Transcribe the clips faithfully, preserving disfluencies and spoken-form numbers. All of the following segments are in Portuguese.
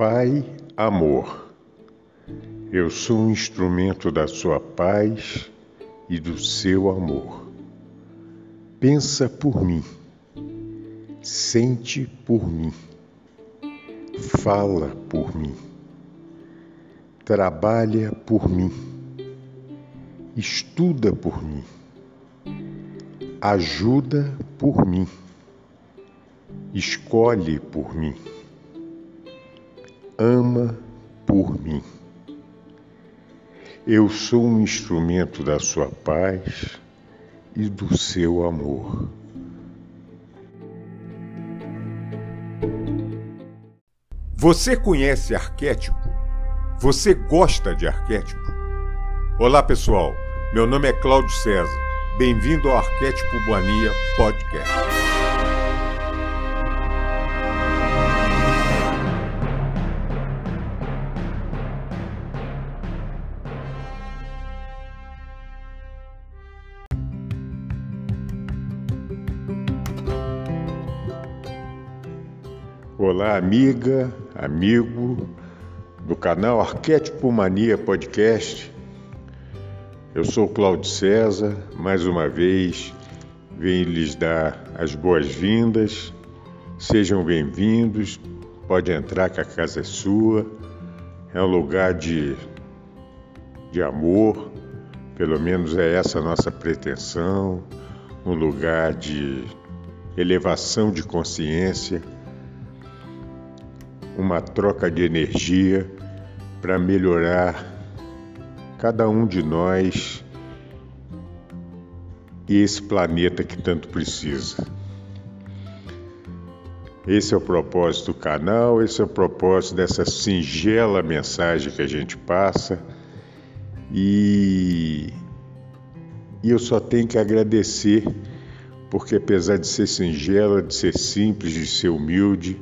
Pai, amor, eu sou um instrumento da sua paz e do seu amor. Pensa por mim, sente por mim, fala por mim, trabalha por mim, estuda por mim, ajuda por mim, escolhe por mim, ama por mim. Eu sou um instrumento da sua paz e do seu amor. Você conhece arquétipo? Você gosta de arquétipo? Olá, pessoal. Meu nome é Cláudio César. Bem-vindo ao Arquétipo Mania Podcast. Olá, amiga, amigo do canal Arquétipo Mania Podcast. Eu sou Cláudio César, mais uma vez venho lhes dar as boas-vindas. Sejam bem-vindos, pode entrar que a casa é sua. É um lugar de, de amor, pelo menos é essa a nossa pretensão, um lugar de elevação de consciência, uma troca de energia para melhorar cada um de nós e esse planeta que tanto precisa. Esse é o propósito do canal, esse é o propósito dessa singela mensagem que a gente passa e, e eu só tenho que agradecer, porque apesar de ser singela, de ser simples, de ser humilde,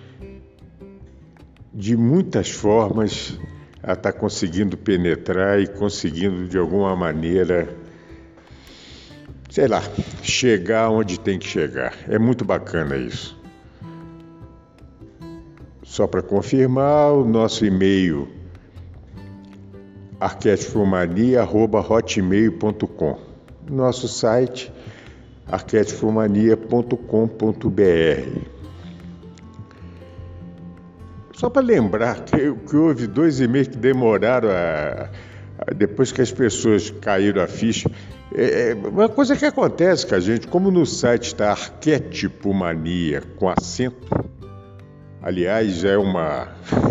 de muitas formas ela está conseguindo penetrar e conseguindo de alguma maneira, sei lá, chegar onde tem que chegar. É muito bacana isso. Só para confirmar, o nosso e-mail arquetipomania arroba hotmail ponto com, nosso site arquetipomania ponto com ponto br. Só para lembrar que, que houve dois e-mails que demoraram a, a, depois que as pessoas caíram a ficha. É, é uma coisa que acontece com a gente, como no site está Arquétipo Mania com acento, aliás, é uma...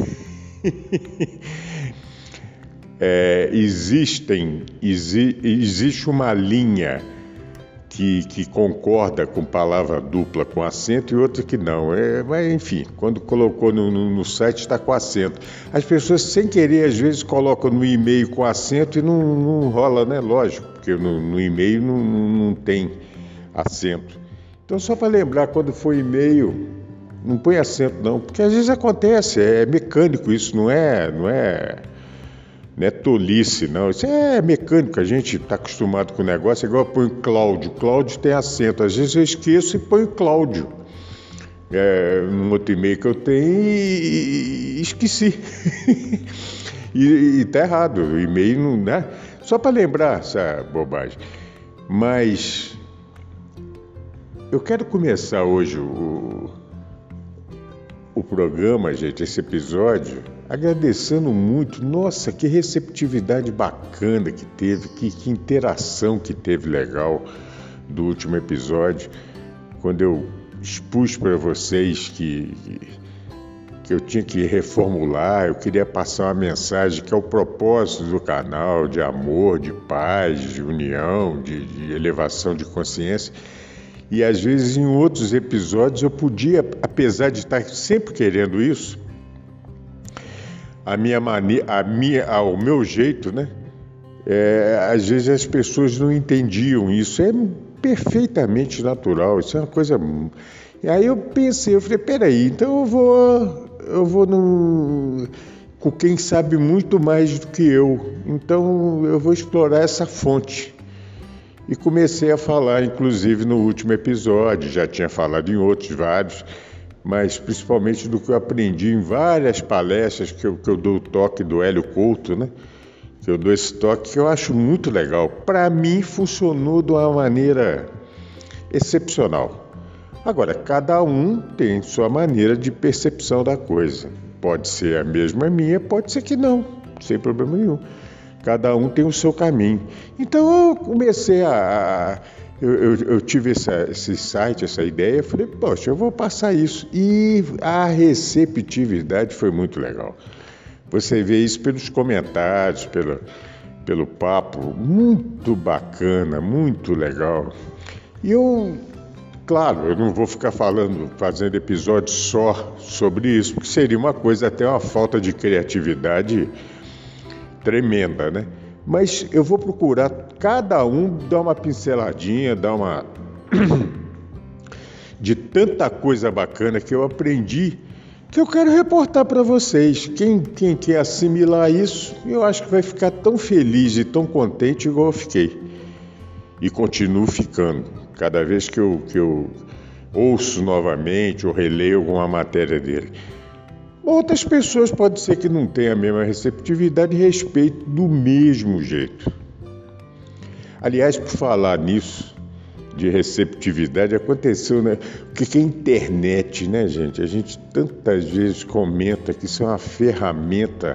é, existem, exi, existe uma linha Que, que concorda com palavra dupla com acento e outra que não. É, mas, enfim, quando colocou no, no, no site está com acento. As pessoas, sem querer, às vezes colocam no e-mail com acento e não, não rola, né? Lógico, porque no, no e-mail não, não, não tem acento. Então, só para lembrar, quando for e-mail, não põe acento não, porque às vezes acontece, é mecânico isso, não é... Não é... Não é tolice, não. Isso é mecânico, a gente está acostumado com o negócio. É igual eu ponho Cláudio. Cláudio tem acento. Às vezes eu esqueço e ponho Cláudio. É, num outro e-mail que eu tenho e, e esqueci. e está errado. O e-mail não... Né? Só para lembrar essa bobagem. Mas eu quero começar hoje o, o programa, gente, esse episódio, agradecendo muito. Nossa, que receptividade bacana que teve, que, que interação que teve legal do último episódio, quando eu expus para vocês que, que eu tinha que reformular, eu queria passar uma mensagem que é o propósito do canal, de amor, de paz, de união, de, de elevação de consciência. E às vezes em outros episódios eu podia, apesar de estar sempre querendo isso, a minha mania, a minha, ao meu jeito, né? É, às vezes as pessoas não entendiam isso. É perfeitamente natural. Isso é uma coisa. E aí eu pensei, eu falei, peraí, então eu vou, eu vou num... com quem sabe muito mais do que eu. Então eu vou explorar essa fonte. E comecei a falar, inclusive no último episódio, já tinha falado em outros vários, mas principalmente do que eu aprendi em várias palestras que eu, que eu dou o toque do Hélio Couto, né? Que eu dou esse toque que eu acho muito legal. Para mim funcionou de uma maneira excepcional. Agora, cada um tem sua maneira de percepção da coisa. Pode ser a mesma minha, pode ser que não, sem problema nenhum. Cada um tem o seu caminho. Então eu comecei a... a eu, eu, eu tive essa, esse site, essa ideia, eu falei, poxa, eu vou passar isso. E a receptividade foi muito legal. Você vê isso pelos comentários, pelo, pelo papo, muito bacana, muito legal. E eu, claro, eu não vou ficar falando, fazendo episódios só sobre isso, porque seria uma coisa, até uma falta de criatividade tremenda, né? Mas eu vou procurar cada um dar uma pinceladinha, dar uma... de tanta coisa bacana que eu aprendi, que eu quero reportar para vocês. Quem, quem quer assimilar isso, eu acho que vai ficar tão feliz e tão contente igual eu fiquei. E continuo ficando. Cada vez que eu, que eu ouço novamente ou releio alguma matéria dele. Outras pessoas pode ser que não tenham a mesma receptividade e respeito do mesmo jeito. Aliás, por falar nisso, de receptividade, aconteceu, né? O que é a internet, né, gente? A gente tantas vezes comenta que isso é uma ferramenta,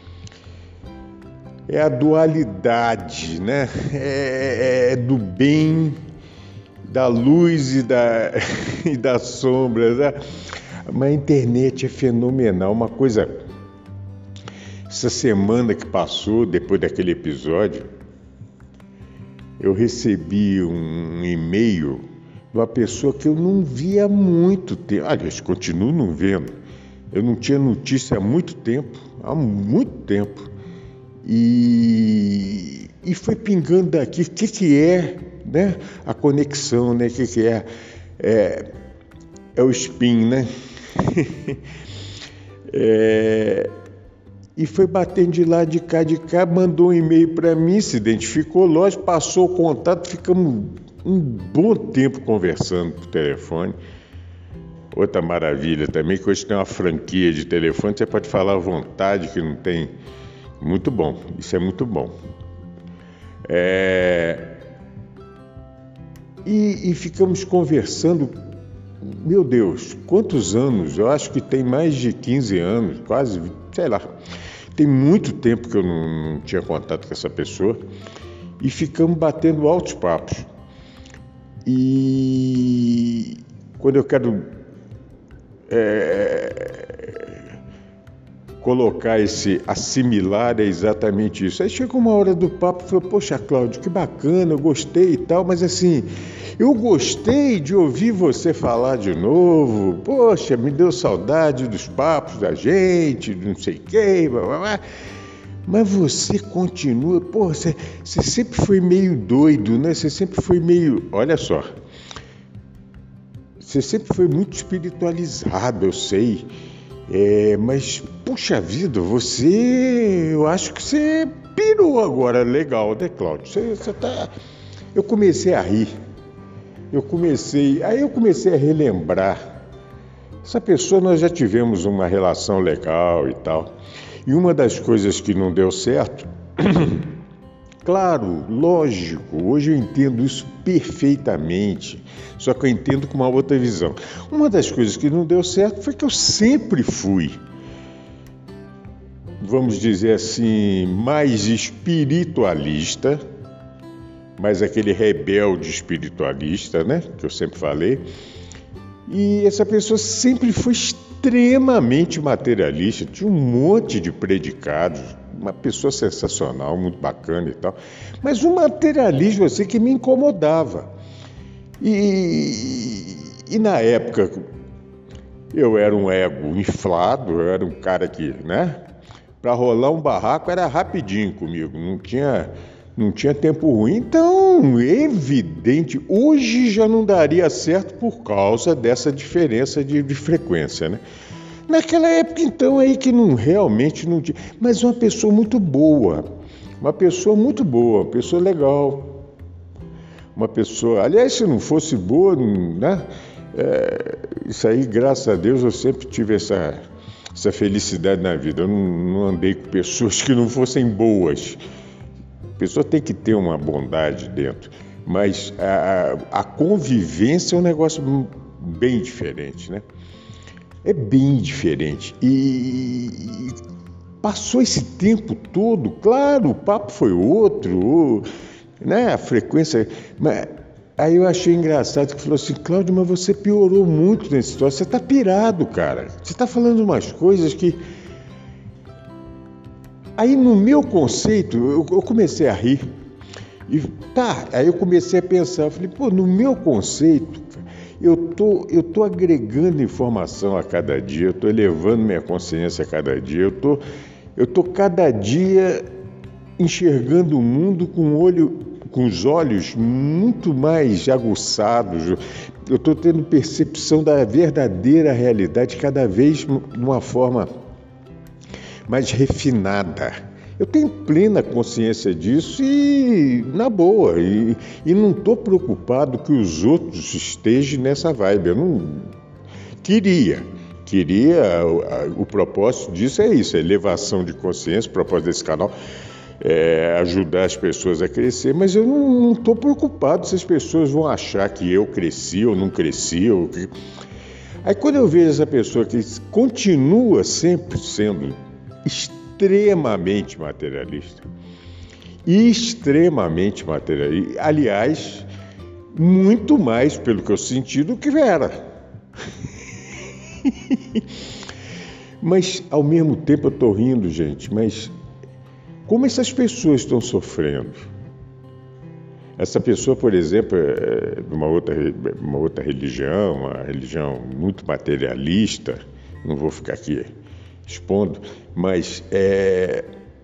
é a dualidade, né? É, é do bem, da luz e da, e da sombra, né? Mas a internet é fenomenal, uma coisa... Essa semana que passou, depois daquele episódio, eu recebi um e-mail de uma pessoa que eu não via há muito tempo. Aliás, continuo não vendo. Eu não tinha notícia há muito tempo, há muito tempo. E, e foi pingando daqui, o que, que é, né? A conexão, né? O que, que é? é? É o spin, né? é... E foi batendo de lá, de cá, de cá, mandou um e-mail para mim, se identificou, lógico, passou o contato, ficamos um bom tempo conversando por telefone. Outra maravilha também, que hoje tem uma franquia de telefone, você pode falar à vontade, que não tem... Muito bom, isso é muito bom. É... E, e ficamos conversando, meu Deus, quantos anos? Eu acho que tem mais de quinze anos, quase, sei lá. Tem muito tempo que eu não, não tinha contato com essa pessoa e ficamos batendo altos papos. E quando eu quero é, colocar esse assimilar, é exatamente isso. Aí chegou uma hora do papo e falou, poxa, Cláudio, que bacana, eu gostei e tal, mas assim, eu gostei de ouvir você falar de novo, poxa, me deu saudade dos papos da gente, não sei o quê, blá, blá, blá. Mas você continua, pô, você, você sempre foi meio doido, né? Você sempre foi meio, olha só, você sempre foi muito espiritualizado, eu sei, é, mas, puxa vida, você, eu acho que você pirou agora, legal, né, Cláudio? Você, você tá... Eu comecei a rir. Eu comecei, aí eu comecei a relembrar. Essa pessoa, nós já tivemos uma relação legal e tal. E uma das coisas que não deu certo, claro, lógico, hoje eu entendo isso perfeitamente, só que eu entendo com uma outra visão. Uma das coisas que não deu certo foi que eu sempre fui, vamos dizer assim, mais espiritualista, mas aquele rebelde espiritualista, né, que eu sempre falei, e essa pessoa sempre foi extremamente materialista, tinha um monte de predicados, uma pessoa sensacional, muito bacana e tal, mas um materialismo assim que me incomodava. E, e na época eu era um ego inflado, eu era um cara que, né, para rolar um barraco era rapidinho comigo, não tinha... Não tinha tempo ruim, então, evidente, hoje já não daria certo por causa dessa diferença de, de frequência, né? Naquela época, então, aí que não, realmente não tinha... Mas uma pessoa muito boa, uma pessoa muito boa, uma pessoa legal, uma pessoa... Aliás, se não fosse boa, né? É, isso aí, graças a Deus, eu sempre tive essa, essa felicidade na vida. Eu não, não andei com pessoas que não fossem boas. A pessoa tem que ter uma bondade dentro, mas a, a convivência é um negócio bem diferente, né? É bem diferente. E passou esse tempo todo, claro, o papo foi outro, né? A frequência... Mas aí eu achei engraçado que falou assim, Cláudio, mas você piorou muito nessa história, você tá pirado, cara. Você tá falando umas coisas que... Aí no meu conceito, eu, eu comecei a rir. E tá, aí eu comecei a pensar, eu falei, pô, no meu conceito, eu tô, eu tô agregando informação a cada dia, eu tô elevando minha consciência a cada dia, eu tô, eu tô cada dia enxergando o mundo com o olho, com os olhos muito mais aguçados. Eu estou tendo percepção da verdadeira realidade cada vez de uma forma mais refinada. Eu tenho plena consciência disso e na boa, e, e não estou preocupado que os outros estejam nessa vibe. Eu não queria, queria, o, o propósito disso é isso, é elevação de consciência, o propósito desse canal é ajudar as pessoas a crescer, mas eu não estou preocupado se as pessoas vão achar que eu cresci ou não cresci. Ou que... Aí quando eu vejo essa pessoa que continua sempre sendo extremamente materialista, extremamente materialista, aliás, muito mais pelo que eu senti do que era. Mas ao mesmo tempo eu estou rindo, gente, mas como essas pessoas estão sofrendo? Essa pessoa, por exemplo, é de uma outra, uma outra religião, uma religião muito materialista, não vou ficar aqui expondo, mas é,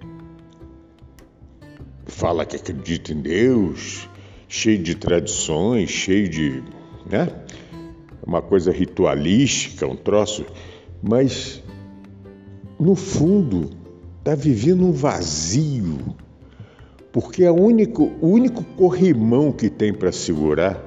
fala que acredita em Deus, cheio de tradições, cheio de, né, uma coisa ritualística, um troço, mas no fundo está vivendo um vazio, porque a único, o único corrimão que tem para segurar,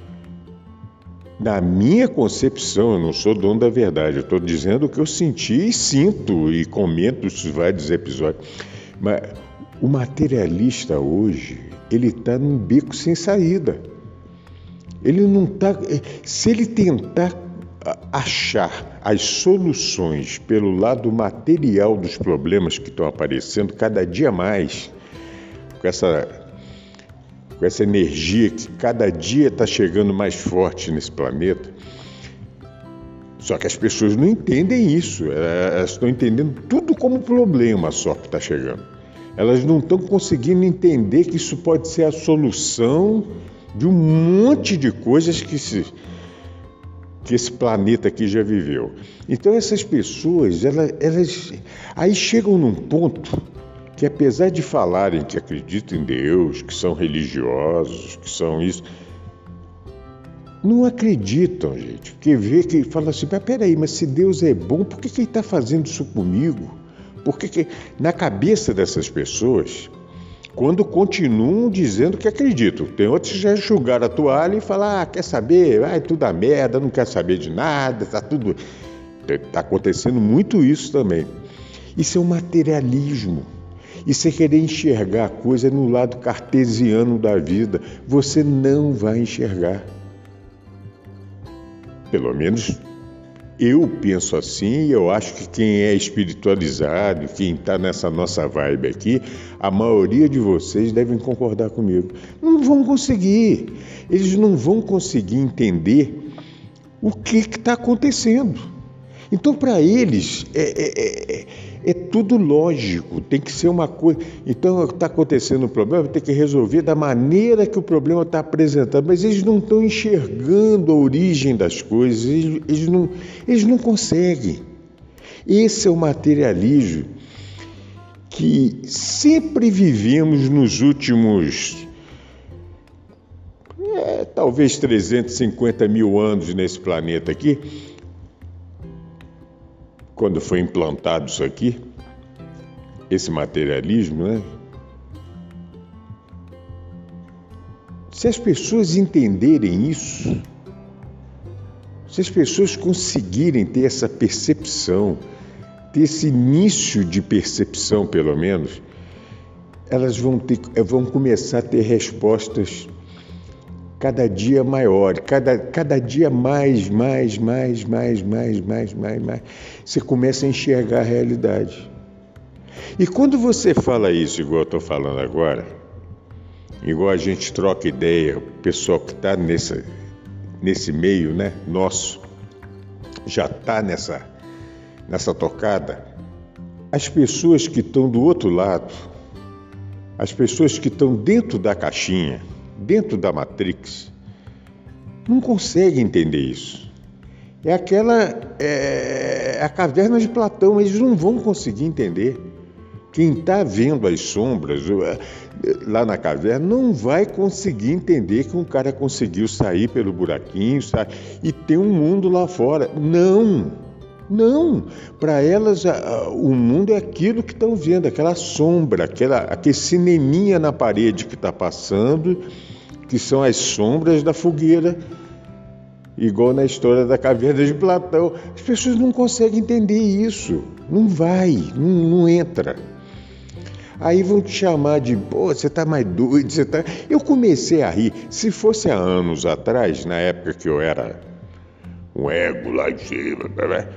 na minha concepção, eu não sou dono da verdade, eu estou dizendo o que eu senti e sinto e comento esses vários episódios, mas o materialista hoje, ele está num beco sem saída. Ele não está... Se ele tentar achar as soluções pelo lado material dos problemas que estão aparecendo cada dia mais, com essa, com essa energia que cada dia está chegando mais forte nesse planeta, só que as pessoas não entendem isso, elas estão entendendo tudo como problema só que está chegando. Elas não estão conseguindo entender que isso pode ser a solução de um monte de coisas que se... que esse planeta aqui já viveu. Então essas pessoas, elas, elas aí chegam num ponto que, apesar de falarem que acreditam em Deus, que são religiosos, que são isso, não acreditam, gente. Porque vê que fala assim, mas peraí, mas se Deus é bom, por que, que ele está fazendo isso comigo? Por que que... Na cabeça dessas pessoas, quando continuam dizendo que acreditam. Tem outros que já enxugaram a toalha e falam, ah, quer saber? Vai tudo a merda, não quer saber de nada, tá tudo... Está acontecendo muito isso também. Isso é um materialismo. Isso é querer enxergar a coisa no lado cartesiano da vida. Você não vai enxergar. Pelo menos eu penso assim, e eu acho que quem é espiritualizado, quem está nessa nossa vibe aqui, a maioria de vocês devem concordar comigo. Não vão conseguir. Eles não vão conseguir entender o que está acontecendo. Então, para eles, é, é, é, é tudo lógico, tem que ser uma coisa... Então, está acontecendo um problema, tem que resolver da maneira que o problema está apresentando, mas eles não estão enxergando a origem das coisas, eles, eles, não, eles não conseguem. Esse é o materialismo que sempre vivemos nos últimos... É, talvez trezentos e cinquenta mil anos nesse planeta aqui, quando foi implantado isso aqui, esse materialismo, né? Se as pessoas entenderem isso, Se as pessoas conseguirem ter essa percepção, ter esse início de percepção, pelo menos, elas vão, ter, vão começar a ter respostas cada dia maior, cada, cada dia mais, mais, mais, mais, mais, mais, mais, mais. Você começa a enxergar a realidade. E quando você fala isso, igual eu estou falando agora, igual a gente troca ideia, o pessoal que está nesse, nesse meio, né, nosso, já está nessa, nessa tocada, as pessoas que estão do outro lado, as pessoas que estão dentro da caixinha, dentro da Matrix, não conseguem entender isso. É aquela, é a caverna de Platão, eles não vão conseguir entender. Quem está vendo as sombras lá na caverna não vai conseguir entender que um cara conseguiu sair pelo buraquinho sabe, e ter um mundo lá fora. Não, não. Para elas, o mundo é aquilo que estão vendo, aquela sombra, aquela, aquele cineminha na parede que está passando, que são as sombras da fogueira, igual na história da caverna de Platão. As pessoas não conseguem entender isso. Não vai, não, não entra. Aí vão te chamar de, pô, você está mais doido, você tá... Eu comecei a rir. Se fosse há anos atrás, na época que eu era um ego lá em cima,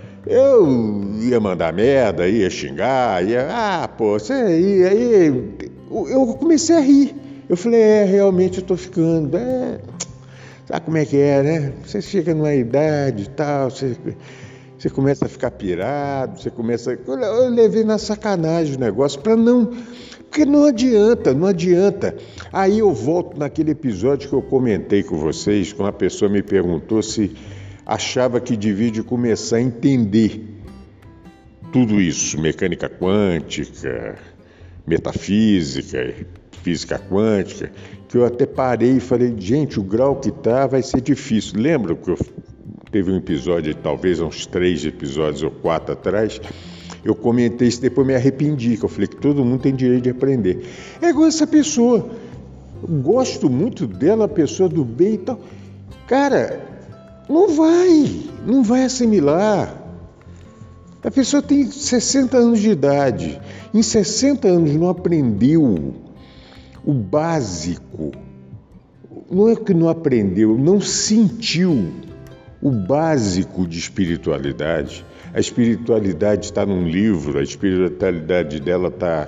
eu ia mandar merda, ia xingar, ia, ah, pô, você ia, aí, eu comecei a rir. Eu falei, é, realmente eu tô ficando, é, sabe como é que é, né? Você chega numa idade e tal, você, você começa a ficar pirado, você começa... Eu levei na sacanagem o negócio para não... Porque não adianta, não adianta. Aí eu volto naquele episódio que eu comentei com vocês, quando a pessoa me perguntou se achava que devia começar a entender tudo isso, mecânica quântica, metafísica, física quântica, que eu até parei e falei, gente, o grau que tá vai ser difícil. Lembra que eu teve um episódio, talvez uns três episódios ou quatro atrás, eu comentei isso, depois me arrependi, que eu falei que todo mundo tem direito de aprender. É igual essa pessoa, eu gosto muito dela, a pessoa do bem e tal. Cara, não vai, não vai assimilar. A pessoa tem sessenta anos de idade, em sessenta anos não aprendeu o básico, não é que não aprendeu, não sentiu o básico de espiritualidade. A espiritualidade está num livro, a espiritualidade dela está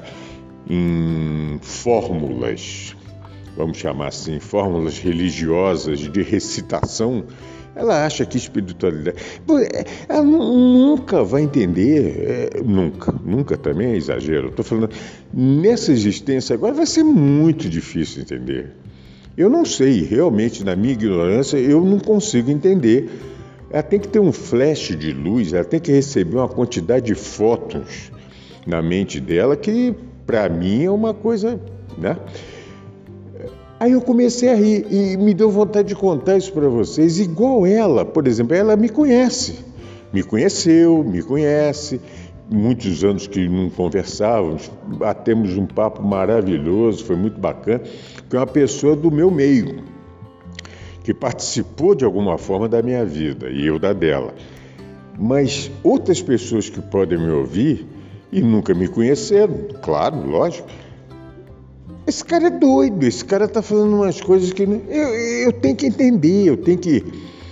em fórmulas, vamos chamar assim, fórmulas religiosas de recitação. Ela acha que espiritualidade... Ela nunca vai entender, é, nunca, nunca também é exagero. Estou falando, nessa existência agora vai ser muito difícil entender. Eu não sei, realmente, na minha ignorância, eu não consigo entender. Ela tem que ter um flash de luz, ela tem que receber uma quantidade de fótons na mente dela que, para mim, é uma coisa, né? Aí eu comecei a rir e me deu vontade de contar isso para vocês. Igual ela, por exemplo, ela me conhece, me conheceu, me conhece, muitos anos que não conversávamos, batemos um papo maravilhoso, foi muito bacana, que é uma pessoa do meu meio, que participou de alguma forma da minha vida, e eu da dela. Mas outras pessoas que podem me ouvir e nunca me conheceram, claro, lógico, esse cara é doido, esse cara está falando umas coisas que... Eu, eu tenho que entender, eu tenho que...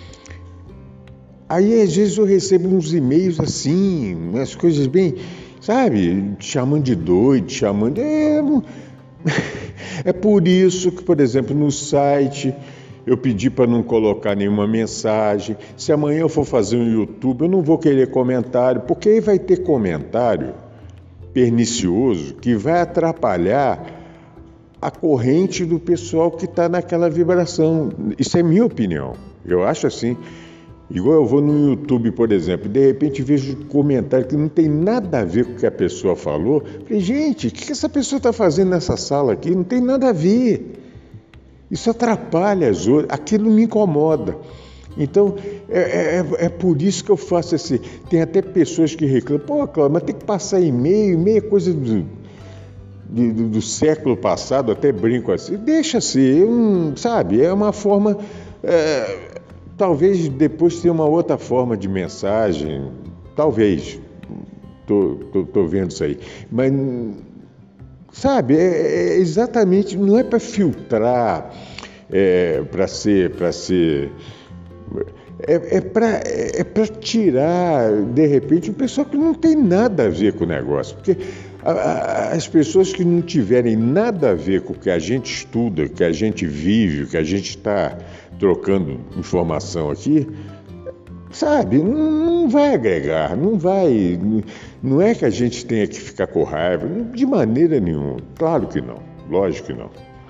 Aí, às vezes, eu recebo uns e-mails assim, umas coisas bem, sabe, te chamando de doido, te chamando... É, é por isso que, por exemplo, no site, eu pedi para não colocar nenhuma mensagem. Se amanhã eu for fazer um YouTube, eu não vou querer comentário, porque aí vai ter comentário pernicioso que vai atrapalhar a corrente do pessoal que está naquela vibração. Isso é minha opinião. Eu acho assim. Igual eu vou no YouTube, por exemplo, e de repente vejo um comentário que não tem nada a ver com o que a pessoa falou. Falei, gente, o que essa pessoa está fazendo nessa sala aqui? Não tem nada a ver. Isso atrapalha as outras. Aquilo me incomoda. Então, é, é, é por isso que eu faço esse... Tem até pessoas que reclamam, pô, Cláudio, mas tem que passar e-mail, e-mail é coisa do... Do, do, do século passado, até brinco assim, deixa ser, um, sabe, é uma forma, é, talvez depois tenha uma outra forma de mensagem, talvez, tô, tô, tô vendo isso aí, mas, sabe, é, é exatamente, não é para filtrar, é, para ser, para ser, é, é para é para tirar, de repente, um pessoal que não tem nada a ver com o negócio, porque a, a, as pessoas que não tiverem nada a ver com o que a gente estuda, que a gente vive, que a gente está trocando informação aqui, sabe, não vai agregar, não vai, não é que a gente tenha que ficar com raiva, de maneira nenhuma, claro que não, lógico que não.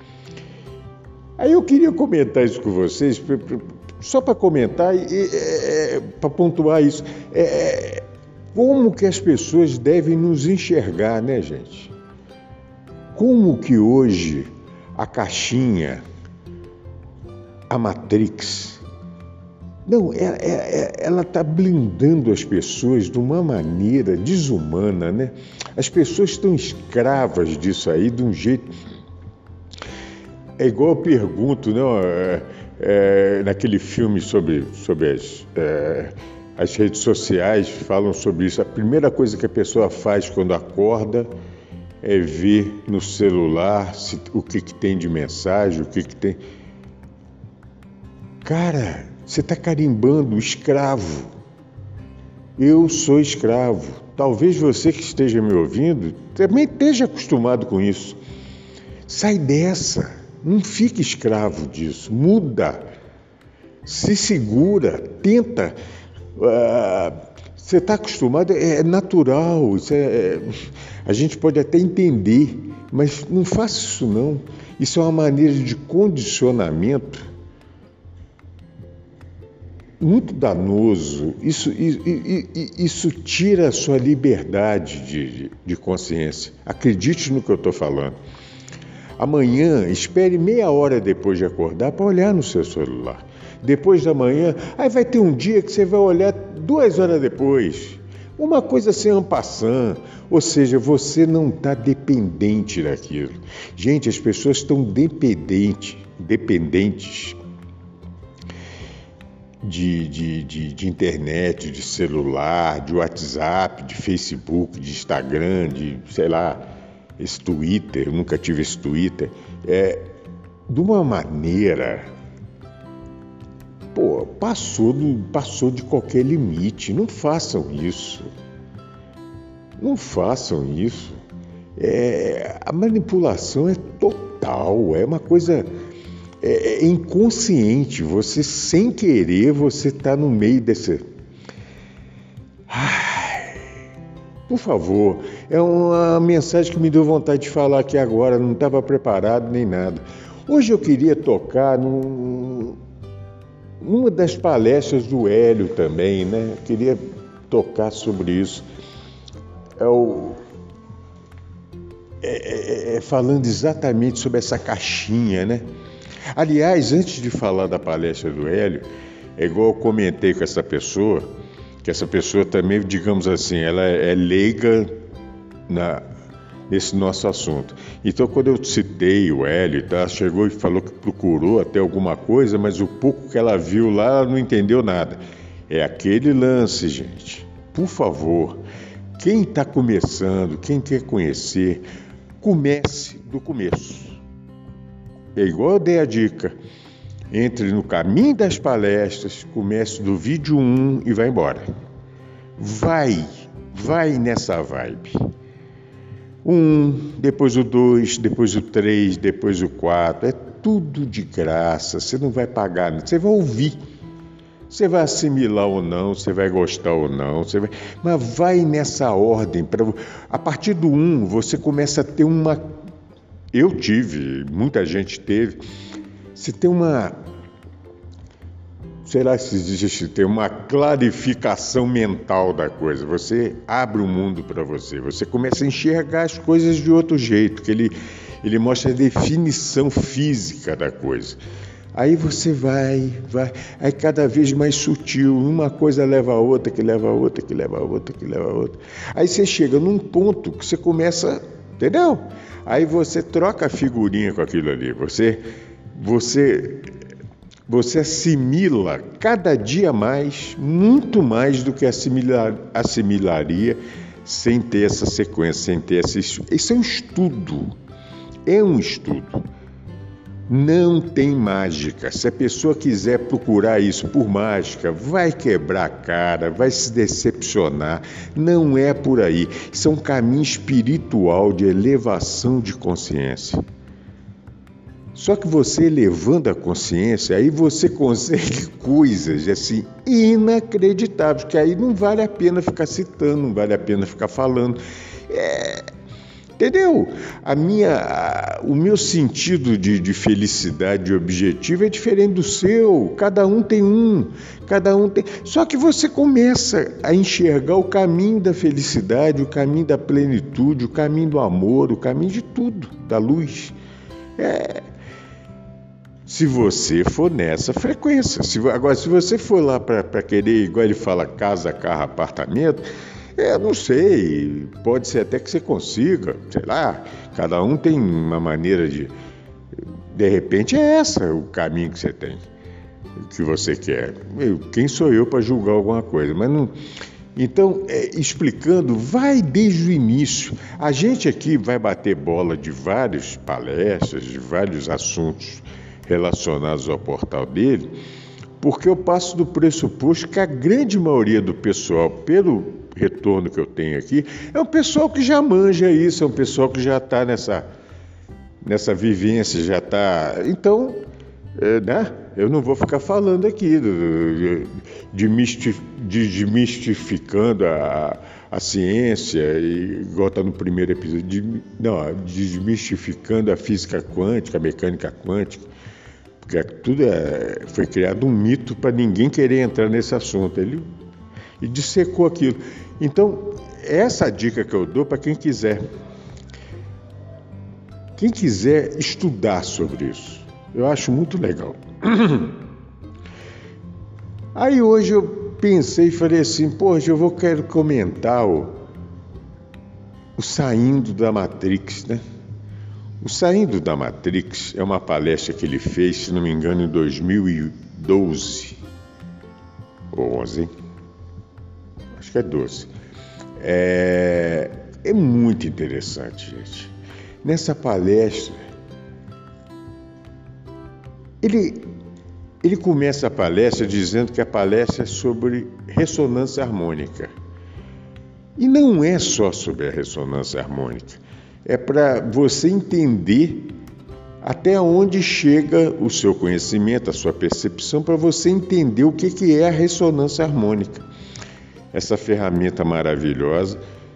Aí eu queria comentar isso com vocês, só para comentar, é, para pontuar isso, é, como que as pessoas devem nos enxergar, né, gente? Como que hoje a caixinha, a Matrix, não, ela está blindando as pessoas de uma maneira desumana, né? As pessoas estão escravas disso aí de um jeito. É igual eu pergunto, não, é, é, naquele filme sobre, sobre as, é, as redes sociais, falam sobre isso. A primeira coisa que a pessoa faz quando acorda é ver no celular se, o que, que tem de mensagem, o que, que tem. Cara, você está carimbando escravo. Eu sou escravo. Talvez você que esteja me ouvindo também esteja acostumado com isso. Sai dessa. Não fique escravo disso. Muda. Se segura. Tenta. Uh, você está acostumado. É natural. Isso é, a gente pode até entender. Mas não faça isso não. Isso é uma maneira de condicionamento muito danoso, isso, isso, isso tira a sua liberdade de, de consciência. Acredite no que eu estou falando. Amanhã, espere meia hora depois de acordar para olhar no seu celular. Depois da manhã, aí vai ter um dia que você vai olhar duas horas depois. Uma coisa assim, en passant, ou seja, você não está dependente daquilo. Gente, as pessoas estão dependentes, dependentes De, de, de, de internet, de celular, de WhatsApp, de Facebook, de Instagram, de, sei lá, esse Twitter, eu nunca tive esse Twitter, é, de uma maneira, pô, passou, do, passou de qualquer limite. Não façam isso. Não façam isso. É, a manipulação é total, é uma coisa... É inconsciente, você sem querer, você está no meio desse... Ai, por favor, é uma mensagem que me deu vontade de falar aqui agora, não estava preparado nem nada. Hoje eu queria tocar num, numa das palestras do Hélio também, né? Eu queria tocar sobre isso. É o... É, é, é falando exatamente sobre essa caixinha, né? Aliás, antes de falar da palestra do Hélio, é igual eu comentei com essa pessoa, que essa pessoa também, digamos assim, ela é leiga na, nesse nosso assunto. Então, quando eu citei o Hélio, tá, chegou e falou que procurou até alguma coisa, mas o pouco que ela viu lá, ela não entendeu nada. É aquele lance, gente. Por favor, quem está começando, quem quer conhecer, comece do começo. É igual eu dei a dica, entre no caminho das palestras, comece do vídeo um e vai embora. Vai, vai nessa vibe. Um, depois o dois, depois o três, depois o quatro, é tudo de graça, você não vai pagar, você vai ouvir. Você vai assimilar ou não, você vai gostar ou não, você vai... mas vai nessa ordem. Pra... A partir do um, você começa a ter uma... Eu tive, muita gente teve. Você tem uma, sei lá se existe, tem uma clarificação mental da coisa. Você abre o mundo para você. Você começa a enxergar as coisas de outro jeito, que ele, ele mostra a definição física da coisa. Aí você vai, vai, aí cada vez mais sutil, uma coisa leva a outra, que leva a outra, que leva a outra, que leva a outra. Aí você chega num ponto que você começa, entendeu? Aí você troca a figurinha com aquilo ali, você, você, você assimila cada dia mais, muito mais do que assimilar, assimilaria sem ter essa sequência, sem ter essa... Isso é um estudo, é um estudo. Não tem mágica. Se a pessoa quiser procurar isso por mágica, vai quebrar a cara, vai se decepcionar. Não é por aí. Isso é um caminho espiritual de elevação de consciência. Só que você elevando a consciência, aí você consegue coisas assim inacreditáveis, que aí não vale a pena ficar citando, não vale a pena ficar falando. É... Entendeu? A minha, a, o meu sentido de, de felicidade, de objetivo é diferente do seu. Cada um tem um, cada um tem... Só que você começa a enxergar o caminho da felicidade, o caminho da plenitude, o caminho do amor, o caminho de tudo, da luz. É... Se você for nessa frequência. Se, agora, se você for lá para querer, igual ele fala, casa, carro, apartamento... Eu não sei, pode ser até que você consiga, sei lá, cada um tem uma maneira de... De repente é essa o caminho que você tem, que você quer. Eu, quem sou eu para julgar alguma coisa? Mas não... Então, é, explicando, vai desde o início. A gente aqui vai bater bola de várias palestras, de vários assuntos relacionados ao portal dele, porque eu passo do pressuposto que a grande maioria do pessoal, pelo retorno que eu tenho aqui, é um pessoal que já manja isso, é um pessoal que já está nessa, nessa vivência, já está... Então, é, né? Eu não vou ficar falando aqui de, de, mistif, de, de mistificando a, a ciência, e, igual está no primeiro episódio, de, não, de desmistificando a física quântica, a mecânica quântica, porque tudo é, foi criado um mito para ninguém querer entrar nesse assunto. Ele e dissecou aquilo. Então, essa dica que eu dou para quem quiser. Quem quiser estudar sobre isso. Eu acho muito legal. Aí hoje eu pensei e falei assim, poxa, eu vou quero comentar o, o Saindo da Matrix, né? O Saindo da Matrix é uma palestra que ele fez, se não me engano, em dois mil e doze ou onze, acho que é doze. É, é muito interessante, gente. Nessa palestra, ele, ele começa a palestra dizendo que a palestra é sobre ressonância harmônica. E não é só sobre a ressonância harmônica. É para você entender até onde chega o seu conhecimento, a sua percepção, para você entender o que, que é a ressonância harmônica. Essa ferramenta maravilhosa.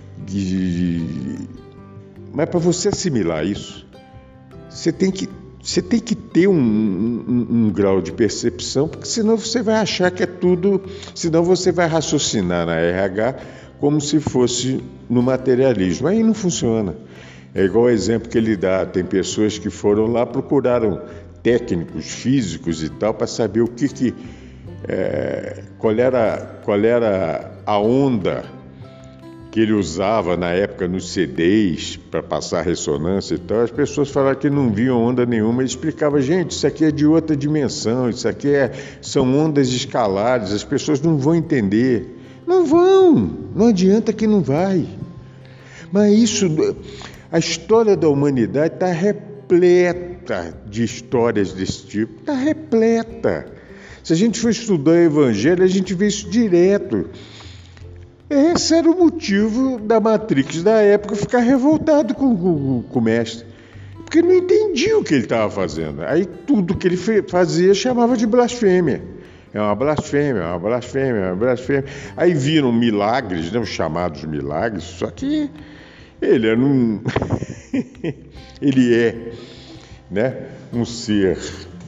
De... Mas para você assimilar isso, você tem que, você tem que ter um, um, um grau de percepção, porque senão você vai achar que é tudo... Senão você vai raciocinar na R H como se fosse no materialismo. Aí não funciona. É igual o exemplo que ele dá, tem pessoas que foram lá, procuraram técnicos físicos e tal, para saber o que que, é, qual era, qual era a onda que ele usava na época nos C Ds para passar ressonância e tal. As pessoas falaram que não viam onda nenhuma. Ele explicava, gente, isso aqui é de outra dimensão, isso aqui é, são ondas escalares, as pessoas não vão entender. Não vão, não adianta que não vai. Mas isso... A história da humanidade está repleta de histórias desse tipo. Está repleta. Se a gente for estudar o Evangelho, a gente vê isso direto. Esse era o motivo da Matrix da época ficar revoltado com, com, com o mestre. Porque não entendia o que ele estava fazendo. Aí tudo que ele fazia chamava de blasfêmia. É uma blasfêmia, é uma blasfêmia, é uma blasfêmia. Aí viram milagres, né, os chamados milagres, só que... Ele era um... ele é, né, um ser,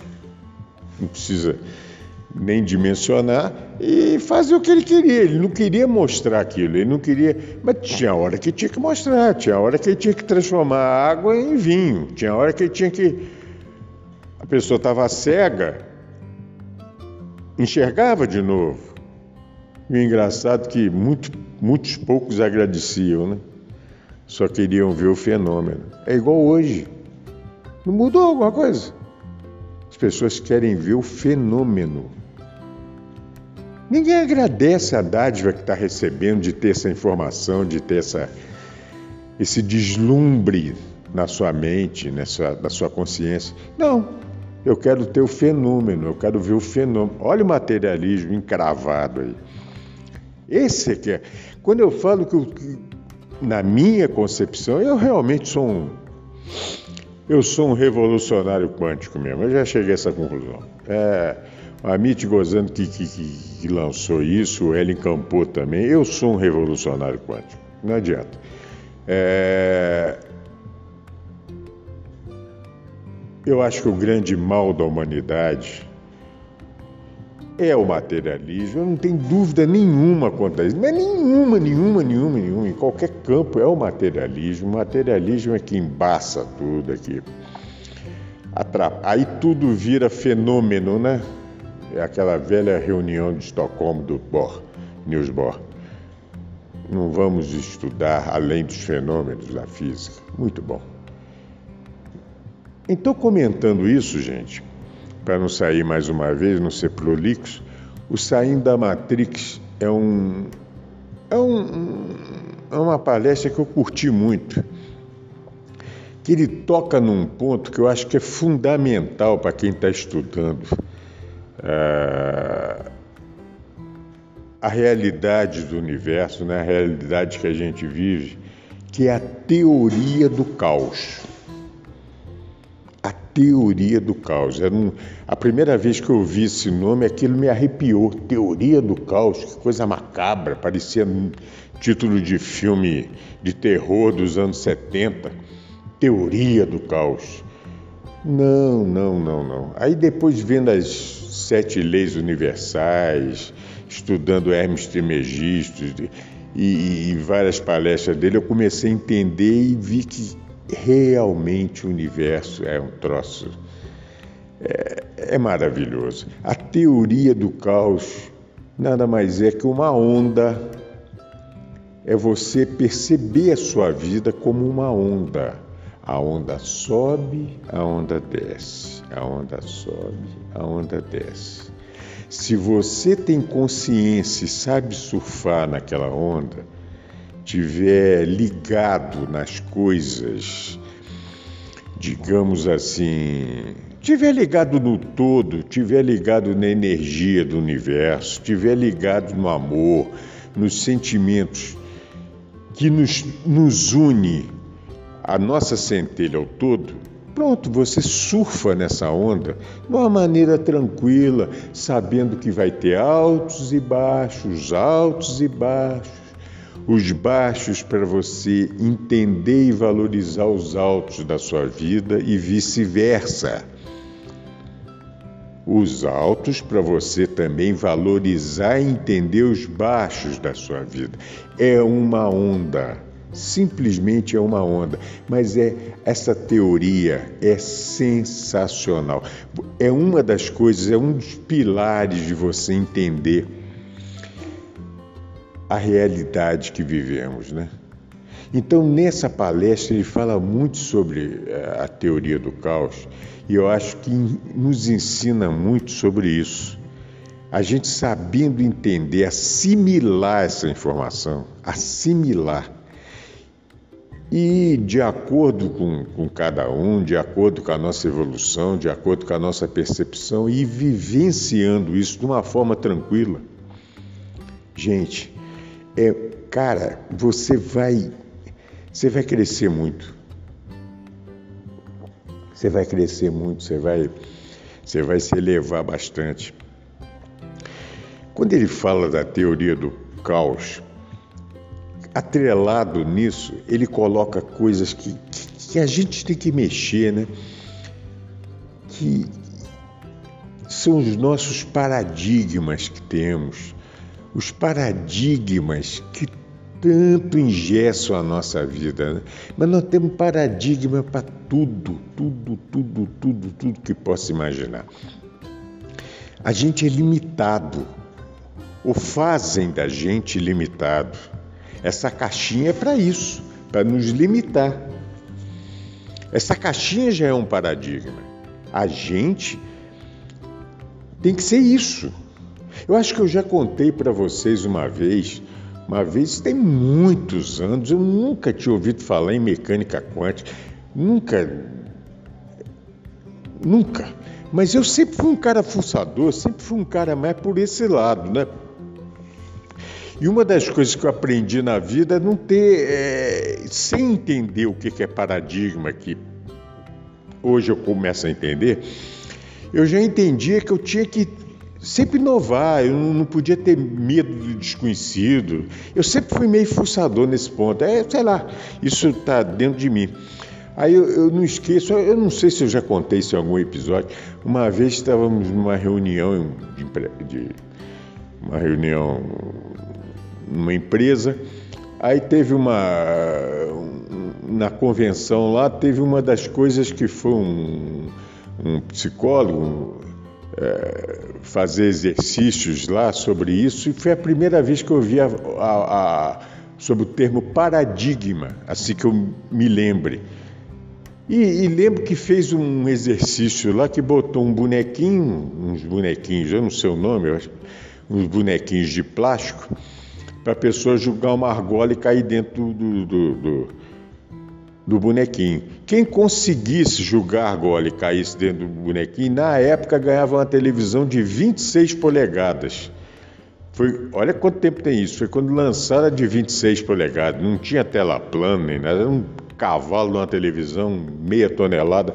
não precisa nem dimensionar, e fazer o que ele queria. Ele não queria mostrar aquilo, ele não queria... Mas tinha hora que tinha que mostrar, tinha hora que ele tinha que transformar a água em vinho, tinha hora que ele tinha que... A pessoa estava cega, enxergava de novo. E o engraçado é que muito, muitos poucos agradeciam, né? Só queriam ver o fenômeno. É igual hoje. Não mudou alguma coisa? As pessoas querem ver o fenômeno. Ninguém agradece a dádiva que está recebendo de ter essa informação, de ter essa, esse deslumbre na sua mente, nessa, na sua consciência. Não, eu quero ter o fenômeno, eu quero ver o fenômeno. Olha o materialismo encravado aí. Esse que é. Quando eu falo que, eu, que na minha concepção, eu realmente sou um, eu sou um revolucionário quântico mesmo. Eu já cheguei a essa conclusão. É, o Amit Gozan que, que, que lançou isso, o Hélio Campot também. Eu sou um revolucionário quântico. Não adianta. É, eu acho que o grande mal da humanidade é o materialismo. Eu não tenho dúvida nenhuma quanto a isso. Mas nenhuma, nenhuma, nenhuma, nenhuma. Em qualquer campo é o materialismo. O materialismo é que embaça tudo aqui. Atrapa. Aí tudo vira fenômeno, né? É aquela velha reunião de Estocolmo do Bohr, Niels Bohr. Não vamos estudar além dos fenômenos da física. Muito bom. Então, comentando isso, gente, para não sair mais uma vez, não ser prolixo, o Saindo da Matrix é, um, é, um, é uma palestra que eu curti muito, que ele toca num ponto que eu acho que é fundamental para quem está estudando uh, a realidade do universo, né? A realidade que a gente vive, que é a teoria do caos. A teoria do caos. Era um, a primeira vez que eu ouvi esse nome, aquilo me arrepiou. Teoria do caos, que coisa macabra, parecia um título de filme de terror dos anos setenta. Teoria do caos. Não, não, não, não. Aí depois vendo as sete leis universais, estudando Hermes Trismegisto e, e várias palestras dele, eu comecei a entender e vi que realmente o universo é um troço, é, é maravilhoso. A teoria do caos nada mais é que uma onda, é você perceber a sua vida como uma onda. A onda sobe, a onda desce, a onda sobe, a onda desce. Se você tem consciência e sabe surfar naquela onda, tiver ligado nas coisas, digamos assim, tiver ligado no todo, tiver ligado na energia do universo, tiver ligado no amor, nos sentimentos que nos, nos une, a nossa centelha ao todo, pronto, você surfa nessa onda de uma maneira tranquila, sabendo que vai ter altos e baixos, altos e baixos. Os baixos para você entender e valorizar os altos da sua vida e vice-versa. Os altos para você também valorizar e entender os baixos da sua vida. É uma onda. Simplesmente é uma onda, mas é essa teoria é sensacional. É uma das coisas, é um dos pilares de você entender a realidade que vivemos, né? Então, nessa palestra ele fala muito sobre a teoria do caos e eu acho que nos ensina muito sobre isso. A gente sabendo entender, assimilar essa informação, assimilar. E de acordo com, com cada um, de acordo com a nossa evolução, de acordo com a nossa percepção e vivenciando isso de uma forma tranquila. Gente, é, cara, você vai, você vai crescer muito. Você vai crescer muito, você vai, você vai se elevar bastante. Quando ele fala da teoria do caos, atrelado nisso, ele coloca coisas que, que, que a gente tem que mexer, né? Que são os nossos paradigmas que temos, os paradigmas que tanto engessam a nossa vida, né? Mas nós temos paradigma para tudo, tudo, tudo, tudo, tudo que possa imaginar. A gente é limitado, ou fazem da gente limitado. Essa caixinha é para isso, para nos limitar. Essa caixinha já é um paradigma. A gente Tem que ser isso. Eu acho que eu já contei para vocês uma vez, uma vez tem muitos anos, eu nunca tinha ouvido falar em mecânica quântica, nunca, nunca. Mas eu sempre fui um cara fuçador, sempre fui um cara mais por esse lado, né? E uma das coisas que eu aprendi na vida é não ter, é, sem entender o que é paradigma, que hoje eu começo a entender, eu já entendia que eu tinha que sempre inovar, eu não podia ter medo do desconhecido. Eu sempre fui meio fuçador nesse ponto. É, sei lá, isso está dentro de mim. Aí eu, eu não esqueço, eu não sei se eu já contei isso em algum episódio. Uma vez estávamos numa reunião, de, de, uma reunião numa empresa, aí teve uma, na convenção lá, teve uma das coisas que foi um, um psicólogo é, fazer exercícios lá sobre isso, e foi a primeira vez que eu ouvi a, a, a, sobre o termo paradigma, assim que eu me lembre. E, e lembro que fez um exercício lá que botou um bonequinho, uns bonequinhos, eu não sei o nome, eu acho, uns bonequinhos de plástico, para a pessoa jogar uma argola e cair dentro do, do, do, do bonequinho. Quem conseguisse jogar a argola e caísse dentro do bonequinho, na época ganhava uma televisão de vinte e seis polegadas. Foi, olha quanto tempo tem isso, foi quando lançaram a de vinte e seis polegadas, não tinha tela plana nem nada, era um cavalo de uma televisão, meia tonelada.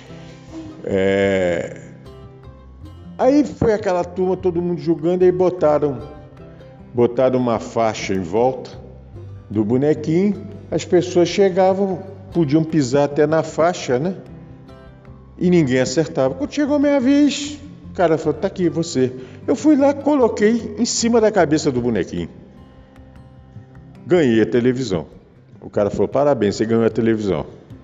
É... Aí foi aquela turma, todo mundo jogando, aí botaram, botaram uma faixa em volta do bonequinho, as pessoas chegavam, podiam pisar até na faixa, né? E ninguém acertava. Quando chegou a minha vez, o cara falou, tá aqui você. Eu fui lá, coloquei em cima da cabeça do bonequinho. Ganhei a televisão. O cara falou, parabéns, você ganhou a televisão.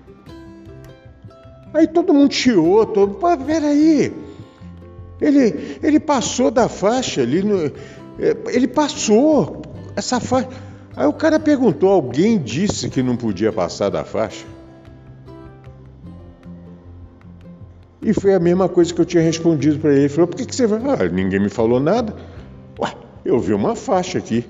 Aí todo mundo chiou, todo mundo, pô, peraí. Ele, ele passou da faixa, ele, ele passou essa faixa. Aí o cara perguntou, alguém disse que não podia passar da faixa? E foi a mesma coisa que eu tinha respondido para ele. Ele falou, por que, que você vai? Ah, ninguém me falou nada. Ué, eu vi uma faixa aqui.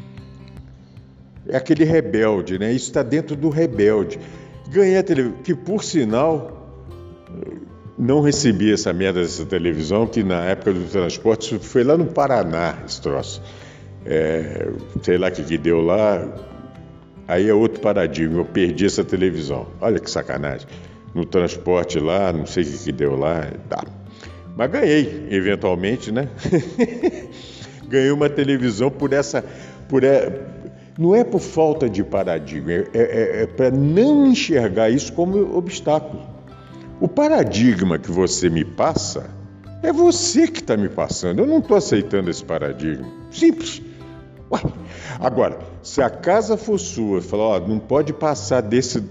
É aquele rebelde, né? Isso está dentro do rebelde. Ganhei a televisão, que por sinal, não recebi essa merda dessa televisão, que na época do transporte, foi lá no Paraná, esse troço. É, sei lá o que, que deu lá, aí é outro paradigma, eu perdi essa televisão. Olha que sacanagem. No transporte lá, não sei o que, que deu lá, tá. Mas ganhei, eventualmente, né? Ganhei uma televisão por essa... Por, não é por falta de paradigma, é, é, é para não enxergar isso como obstáculo. O paradigma que você me passa, é você que está me passando. Eu não estou aceitando esse paradigma. Simples. Ué. Agora, se a casa for sua, falar, ó, não pode passar desse,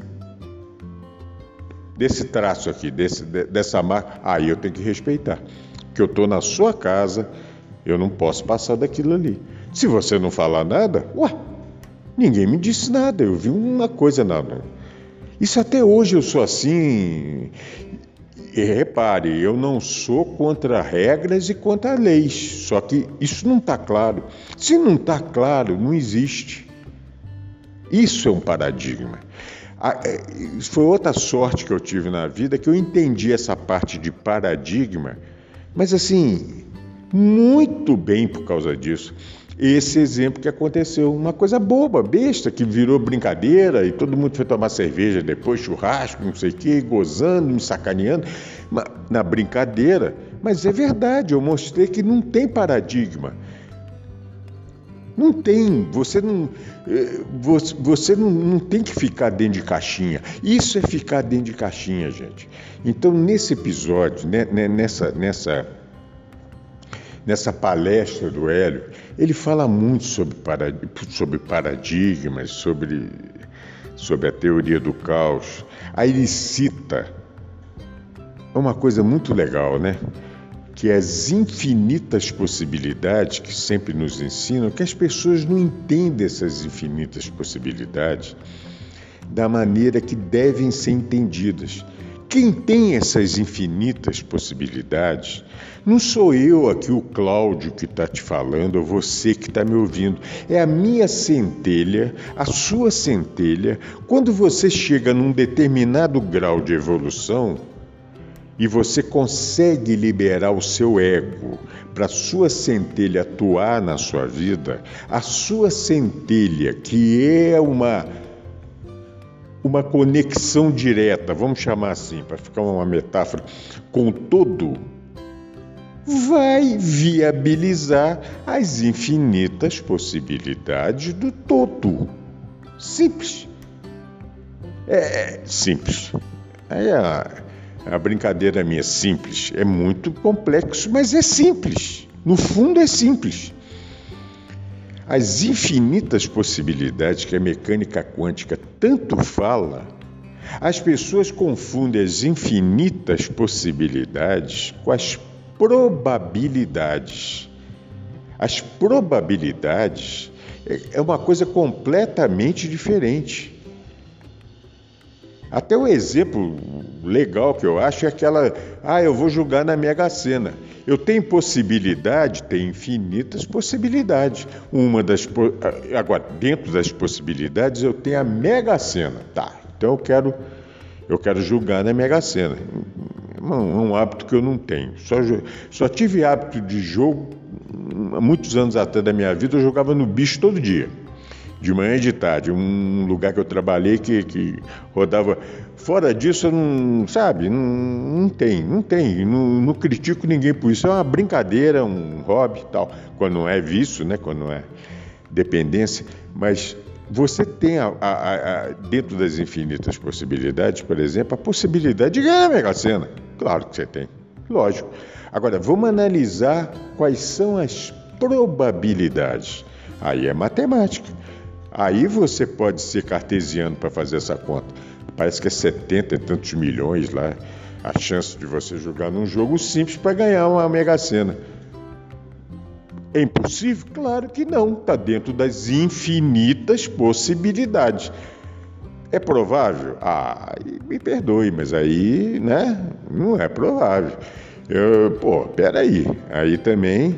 desse traço aqui, desse, dessa marca, aí eu tenho que respeitar. Porque eu estou na sua casa, eu não posso passar daquilo ali. Se você não falar nada, ué, ninguém me disse nada, eu vi uma coisa nada. Isso até hoje eu sou assim. E repare, eu não sou contra regras e contra leis, só que isso não está claro. Se não está claro, não existe. Isso é um paradigma. Foi outra sorte que eu tive na vida, que eu entendi essa parte de paradigma, mas assim, muito bem por causa disso. Esse exemplo que aconteceu, uma coisa boba, besta, que virou brincadeira e todo mundo foi tomar cerveja depois, churrasco, não sei o quê, gozando, me sacaneando, na brincadeira. Mas é verdade, eu mostrei que não tem paradigma. Não tem, você não, você, você não, não tem que ficar dentro de caixinha. Isso é ficar dentro de caixinha, gente. Então, nesse episódio, né, nessa... nessa Nessa palestra do Hélio, ele fala muito sobre, parad... sobre paradigmas, sobre... sobre a teoria do caos. Aí ele cita uma coisa muito legal, né? Que as infinitas possibilidades que sempre nos ensinam, que as pessoas não entendem essas infinitas possibilidades da maneira que devem ser entendidas. Quem tem essas infinitas possibilidades não sou eu aqui, o Cláudio, que está te falando, ou você que está me ouvindo. É a minha centelha, a sua centelha. Quando você chega num determinado grau de evolução e você consegue liberar o seu ego para a sua centelha atuar na sua vida, a sua centelha, que é uma... uma conexão direta, vamos chamar assim, para ficar uma metáfora, com o todo, vai viabilizar as infinitas possibilidades do todo. Simples. É simples. Aí a, a brincadeira minha, simples, é muito complexo, mas é simples. No fundo é simples. As infinitas possibilidades que a mecânica quântica tanto fala, as pessoas confundem as infinitas possibilidades com as probabilidades. As probabilidades é uma coisa completamente diferente. Até um exemplo legal que eu acho é aquela, ah, eu vou jogar na Mega Sena. Eu tenho possibilidade, tenho infinitas possibilidades. Uma das, agora, dentro das possibilidades, eu tenho a Mega Sena. Tá, então eu quero, eu quero jogar na Mega Sena. É um, um hábito que eu não tenho. Só, só tive hábito de jogo, há muitos anos atrás da minha vida, eu jogava no bicho todo dia. De manhã e de tarde, um lugar que eu trabalhei que, que rodava. Fora disso, eu não, sabe, não, não tem, não tem, não, não critico ninguém por isso. É uma brincadeira, um hobby e tal, quando não é vício, né, quando não é dependência. Mas você tem, a, a, a, dentro das infinitas possibilidades, por exemplo, a possibilidade de ganhar a Mega Sena. Claro que você tem, lógico. Agora, vamos analisar quais são as probabilidades. Aí é matemática. Aí você pode ser cartesiano para fazer essa conta. Parece que é setenta e tantos milhões lá a chance de você jogar num jogo simples para ganhar uma Mega Sena. É impossível? Claro que não. Está dentro das infinitas possibilidades. É provável? Ah, me perdoe, mas aí, né, não é provável. Eu, pô, peraí. Aí também...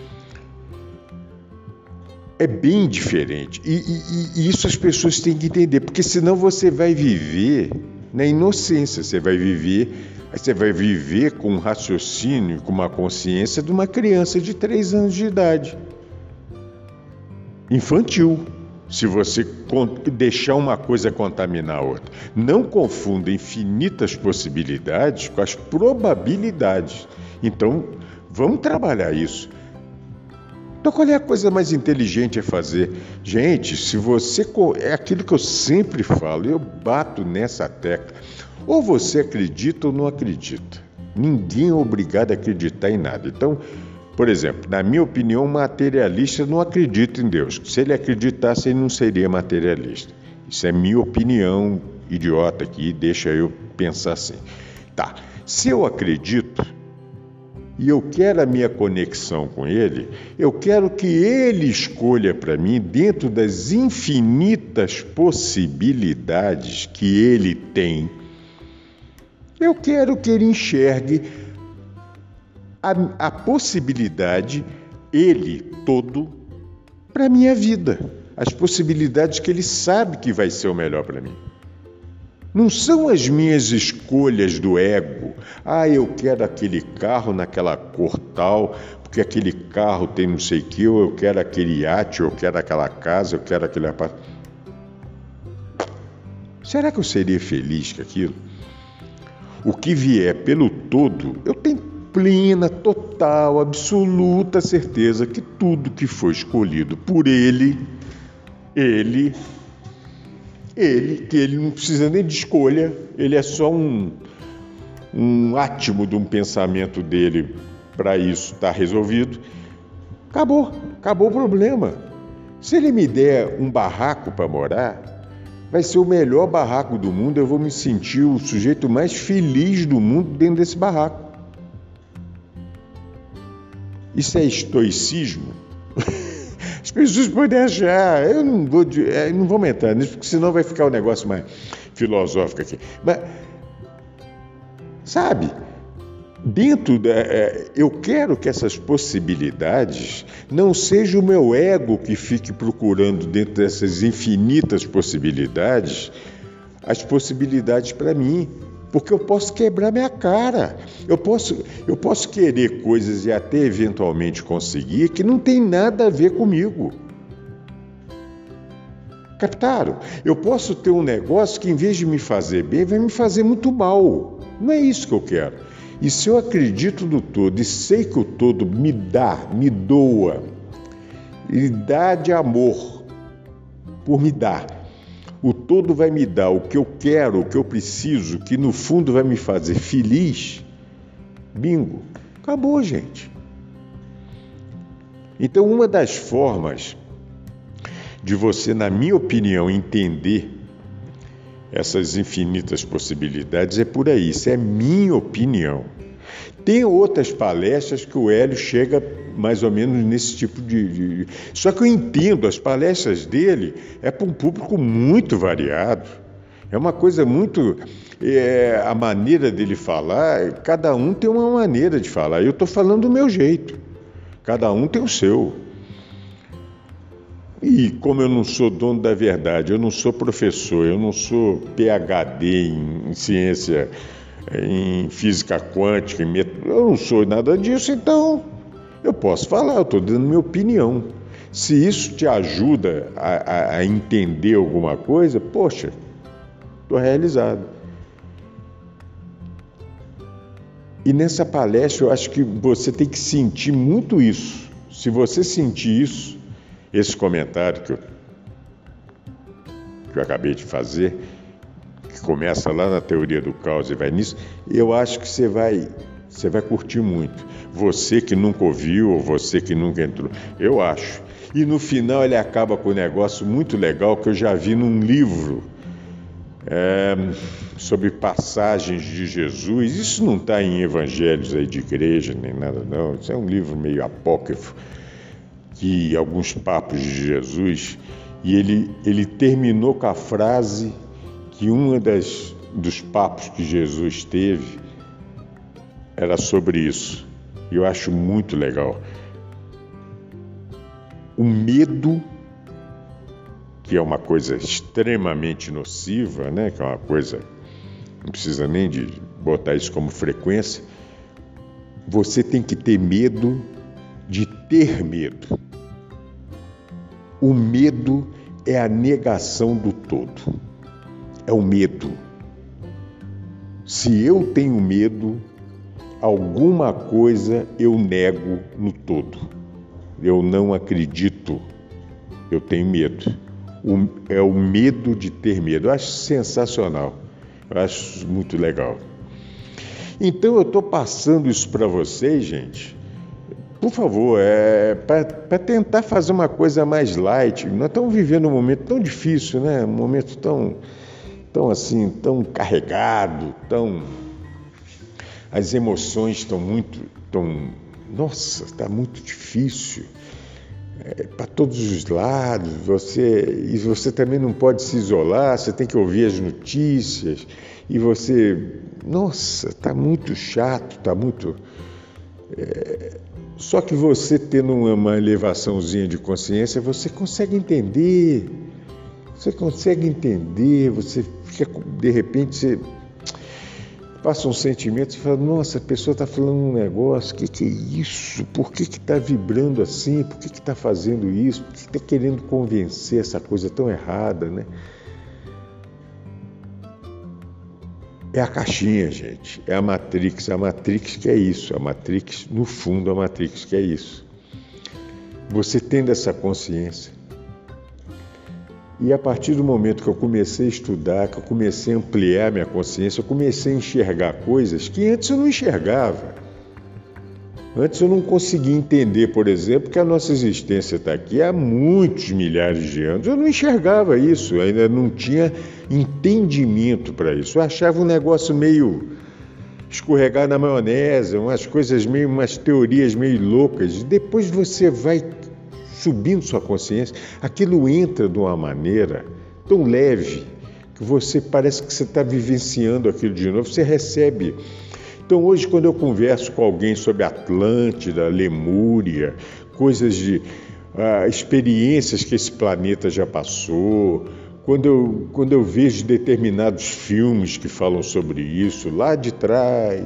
é bem diferente. E, e, e isso as pessoas têm que entender, porque senão você vai viver na inocência, você vai viver, você vai viver com um raciocínio, com uma consciência de uma criança de três anos de idade. Infantil, se você deixar uma coisa contaminar a outra. Não confunda infinitas possibilidades com as probabilidades. Então, vamos trabalhar isso. Então, qual é a coisa mais inteligente a fazer? Gente, se você... É aquilo que eu sempre falo, eu bato nessa tecla. Ou você acredita ou não acredita. Ninguém é obrigado a acreditar em nada. Então, por exemplo, na minha opinião, um materialista não acredita em Deus. Se ele acreditasse, ele não seria materialista. Isso é minha opinião idiota aqui, deixa eu pensar assim. Tá, se eu acredito... e eu quero a minha conexão com ele, eu quero que ele escolha para mim, dentro das infinitas possibilidades que ele tem, eu quero que ele enxergue a, a possibilidade, ele todo, para a minha vida. As possibilidades que ele sabe que vai ser o melhor para mim. Não são as minhas escolhas do ego. Ah, eu quero aquele carro naquela cor tal, porque aquele carro tem não sei o que, ou eu quero aquele iate, ou eu quero aquela casa, eu quero aquele apartamento. Será que eu seria feliz com aquilo? O que vier pelo todo, eu tenho plena, total, absoluta certeza que tudo que foi escolhido por ele, ele... Ele, que ele não precisa nem de escolha, ele é só um, um átomo de um pensamento dele para isso estar resolvido. Acabou, acabou o problema. Se ele me der um barraco para morar, vai ser o melhor barraco do mundo, eu vou me sentir o sujeito mais feliz do mundo dentro desse barraco. Isso é estoicismo? As pessoas podem achar, eu não vou, eu não vou aumentar nisso, porque senão vai ficar um negócio mais filosófico aqui. Mas sabe? Dentro da, eu quero que essas possibilidades não seja o meu ego que fique procurando dentro dessas infinitas possibilidades as possibilidades para mim, porque eu posso quebrar minha cara, eu posso, eu posso querer coisas e até eventualmente conseguir que não tem nada a ver comigo. Captaram? Eu posso ter um negócio que em vez de me fazer bem, vai me fazer muito mal. Não é isso que eu quero. E se eu acredito no todo e sei que o todo me dá, me doa, e dá de amor por me dar, o todo vai me dar o que eu quero, o que eu preciso, que no fundo vai me fazer feliz, bingo, acabou, gente. Então, uma das formas de você, na minha opinião, entender essas infinitas possibilidades é por aí, isso é minha opinião. Tem outras palestras que o Hélio chega mais ou menos nesse tipo de... de... Só que eu entendo, as palestras dele é para um público muito variado. É uma coisa muito... É, a maneira dele falar, cada um tem uma maneira de falar. Eu estou falando do meu jeito. Cada um tem o seu. E como eu não sou dono da verdade, eu não sou professor, eu não sou P H D em, em ciência, em física quântica, em met... eu não sou nada disso, então eu posso falar, eu estou dando minha opinião. Se isso te ajuda a, a, a entender alguma coisa, poxa, estou realizado. E nessa palestra eu acho que você tem que sentir muito isso. Se você sentir isso, esse comentário que eu, que eu acabei de fazer, que começa lá na teoria do caos e vai nisso, eu acho que você vai, você vai curtir muito. Você que nunca ouviu, ou você que nunca entrou, eu acho. E no final ele acaba com um negócio muito legal que eu já vi num livro é, sobre passagens de Jesus. Isso não está em evangelhos aí de igreja, nem nada não. Isso é um livro meio apócrifo, que alguns papos de Jesus, e ele, ele terminou com a frase que uma das dos papos que Jesus teve era sobre isso. E eu acho muito legal. O medo, que é uma coisa extremamente nociva, né? Que é uma coisa, não precisa nem de botar isso como frequência, você tem que ter medo de ter medo. O medo é a negação do todo. É o medo. Se eu tenho medo, alguma coisa eu nego no todo. Eu não acredito. Eu tenho medo. O, é o medo de ter medo. Eu acho sensacional. Eu acho muito legal. Então eu estou passando isso para vocês, gente. Por favor, é, para tentar fazer uma coisa mais light. Nós estamos vivendo um momento tão difícil, né? Um momento tão, tão assim, tão carregado, tão... As emoções estão muito... Tão... Nossa, está muito difícil. É, para todos os lados. Você... E você também não pode se isolar, você tem que ouvir as notícias. E você... Nossa, está muito chato, está muito... É... Só que você tendo uma elevaçãozinha de consciência, você consegue entender, você consegue entender, você fica, de repente, você passa um sentimento, você fala, nossa, a pessoa está falando um negócio, o que, que é isso? Por que está vibrando assim? Por que está fazendo isso? Por que está querendo convencer essa coisa tão errada, né? É a caixinha, gente, é a Matrix, a Matrix que é isso, a Matrix, no fundo, a Matrix que é isso. Você tendo essa consciência, e a partir do momento que eu comecei a estudar, que eu comecei a ampliar minha consciência, eu comecei a enxergar coisas que antes eu não enxergava. Antes eu não conseguia entender, por exemplo, que a nossa existência está aqui há muitos milhares de anos. Eu não enxergava isso, eu ainda não tinha entendimento para isso. Eu achava um negócio meio escorregar na maionese, umas coisas meio, umas teorias meio loucas. Depois você vai subindo sua consciência, aquilo entra de uma maneira tão leve que você parece que você está vivenciando aquilo de novo. Você recebe Então hoje, quando eu converso com alguém sobre Atlântida, Lemúria, coisas de ah, experiências que esse planeta já passou, quando eu, quando eu vejo determinados filmes que falam sobre isso, lá de trás,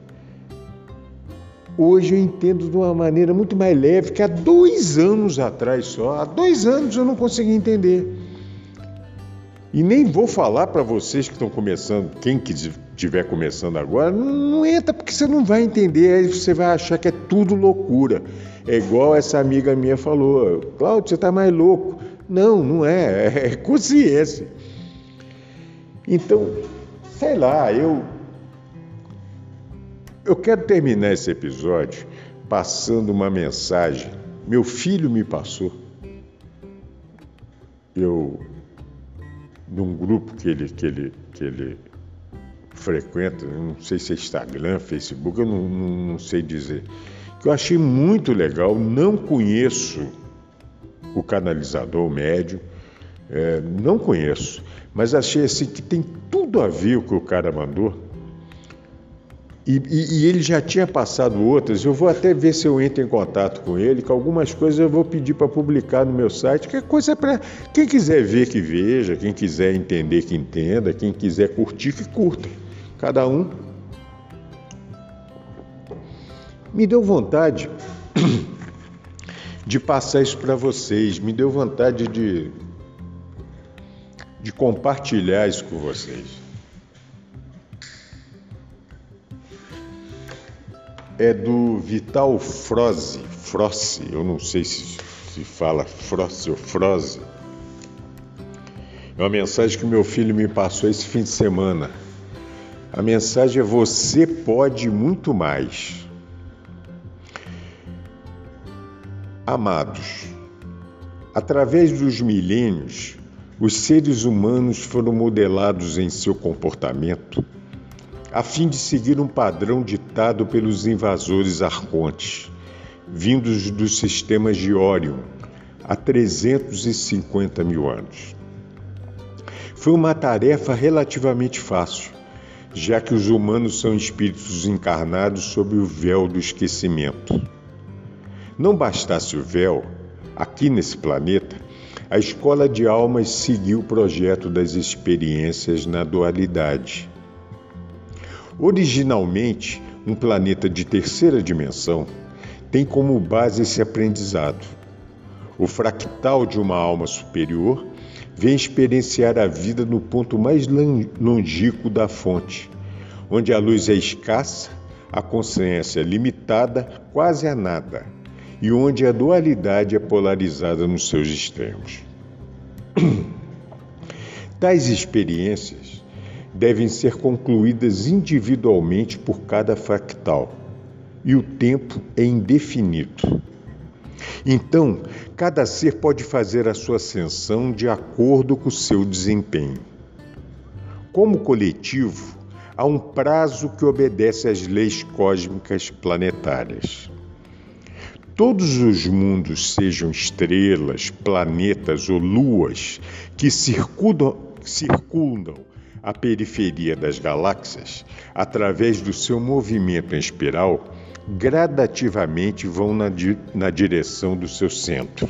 hoje eu entendo de uma maneira muito mais leve que há dois anos atrás só. Há dois anos eu não conseguia entender. E nem vou falar para vocês que estão começando, quem que estiver começando agora, não, não entra porque você não vai entender, aí você vai achar que é tudo loucura. É igual essa amiga minha falou, Cláudio, você está mais louco. Não, não é, é consciência. Então, sei lá, eu, eu quero terminar esse episódio passando uma mensagem. Meu filho me passou. Eu... num grupo que ele, que ele, que ele frequenta, não sei se é Instagram, Facebook, eu não, não, não sei dizer, que eu achei muito legal, não conheço o canalizador, o médium, é, não conheço, mas achei assim que tem tudo a ver o que o cara mandou, e, e, e ele já tinha passado outras. Eu vou até ver se eu entro em contato com ele, que algumas coisas eu vou pedir para publicar no meu site, que é coisa para quem quiser ver que veja, quem quiser entender que entenda, quem quiser curtir que curta, cada um. Me deu vontade de passar isso para vocês, me deu vontade de, de compartilhar isso com vocês. É do Vital Froze, Froze, eu não sei se se fala Froze ou Froze. É uma mensagem que meu filho me passou esse fim de semana. A mensagem é: você pode muito mais. Amados, através dos milênios, os seres humanos foram modelados em seu comportamento a fim de seguir um padrão ditado pelos invasores arcontes, vindos dos sistemas de Órion, há trezentos e cinquenta mil anos. Foi uma tarefa relativamente fácil, já que os humanos são espíritos encarnados sob o véu do esquecimento. Não bastasse o véu, aqui nesse planeta, a escola de almas seguiu o projeto das experiências na dualidade. Originalmente, um planeta de terceira dimensão tem como base esse aprendizado. O fractal de uma alma superior vem experienciar a vida no ponto mais longínquo da fonte, onde a luz é escassa, a consciência limitada quase a nada, e onde a dualidade é polarizada nos seus extremos. Tais experiências devem ser concluídas individualmente por cada fractal, e o tempo é indefinido. Então, cada ser pode fazer a sua ascensão de acordo com o seu desempenho. Como coletivo, há um prazo que obedece às leis cósmicas planetárias. Todos os mundos, sejam estrelas, planetas ou luas, que circundam, circundam a periferia das galáxias, através do seu movimento em espiral, gradativamente vão na, di- na direção do seu centro.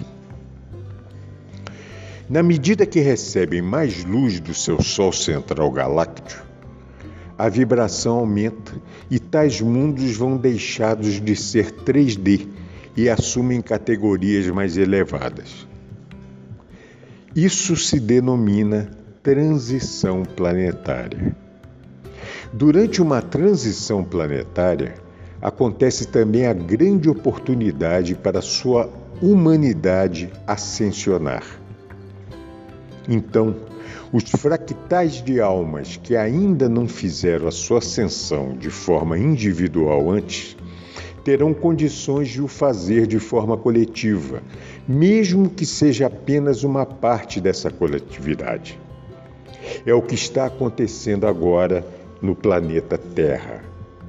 Na medida que recebem mais luz do seu Sol central galáctico, a vibração aumenta e tais mundos vão deixados de ser três D e assumem categorias mais elevadas. Isso se denomina transição planetária. Durante uma transição planetária, acontece também a grande oportunidade para sua humanidade ascensionar. Então, os fractais de almas que ainda não fizeram a sua ascensão de forma individual antes, terão condições de o fazer de forma coletiva, mesmo que seja apenas uma parte dessa coletividade. É o que está acontecendo agora no planeta Terra.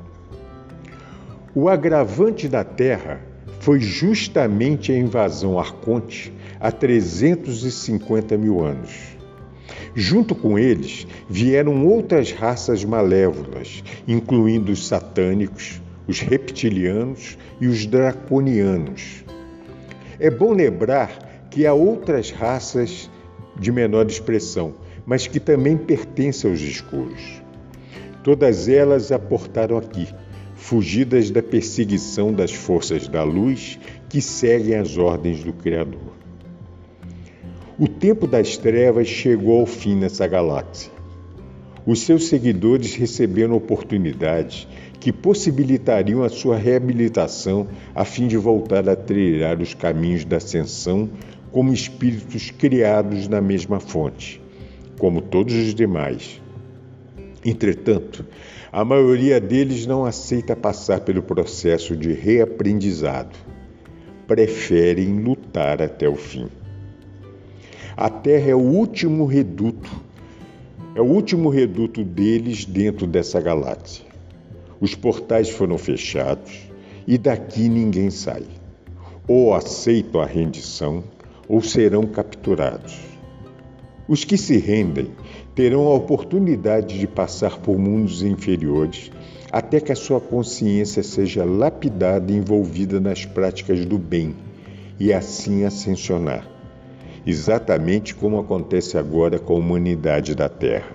O agravante da Terra foi justamente a invasão arconte há trezentos e cinquenta mil anos. Junto com eles vieram outras raças malévolas, incluindo os satânicos, os reptilianos e os draconianos. É bom lembrar que há outras raças de menor expressão, mas que também pertencem aos escuros. Todas elas aportaram aqui, fugidas da perseguição das forças da luz que seguem as ordens do Criador. O tempo das trevas chegou ao fim nessa galáxia. Os seus seguidores receberam oportunidades que possibilitariam a sua reabilitação a fim de voltar a trilhar os caminhos da ascensão como espíritos criados na mesma fonte, como todos os demais. Entretanto, a maioria deles não aceita passar pelo processo de reaprendizado. Preferem lutar até o fim. A Terra é o último reduto, é o último reduto deles dentro dessa galáxia. Os portais foram fechados e daqui ninguém sai. Ou aceitam a rendição ou serão capturados. Os que se rendem terão a oportunidade de passar por mundos inferiores até que a sua consciência seja lapidada e envolvida nas práticas do bem e assim ascensionar, exatamente como acontece agora com a humanidade da Terra.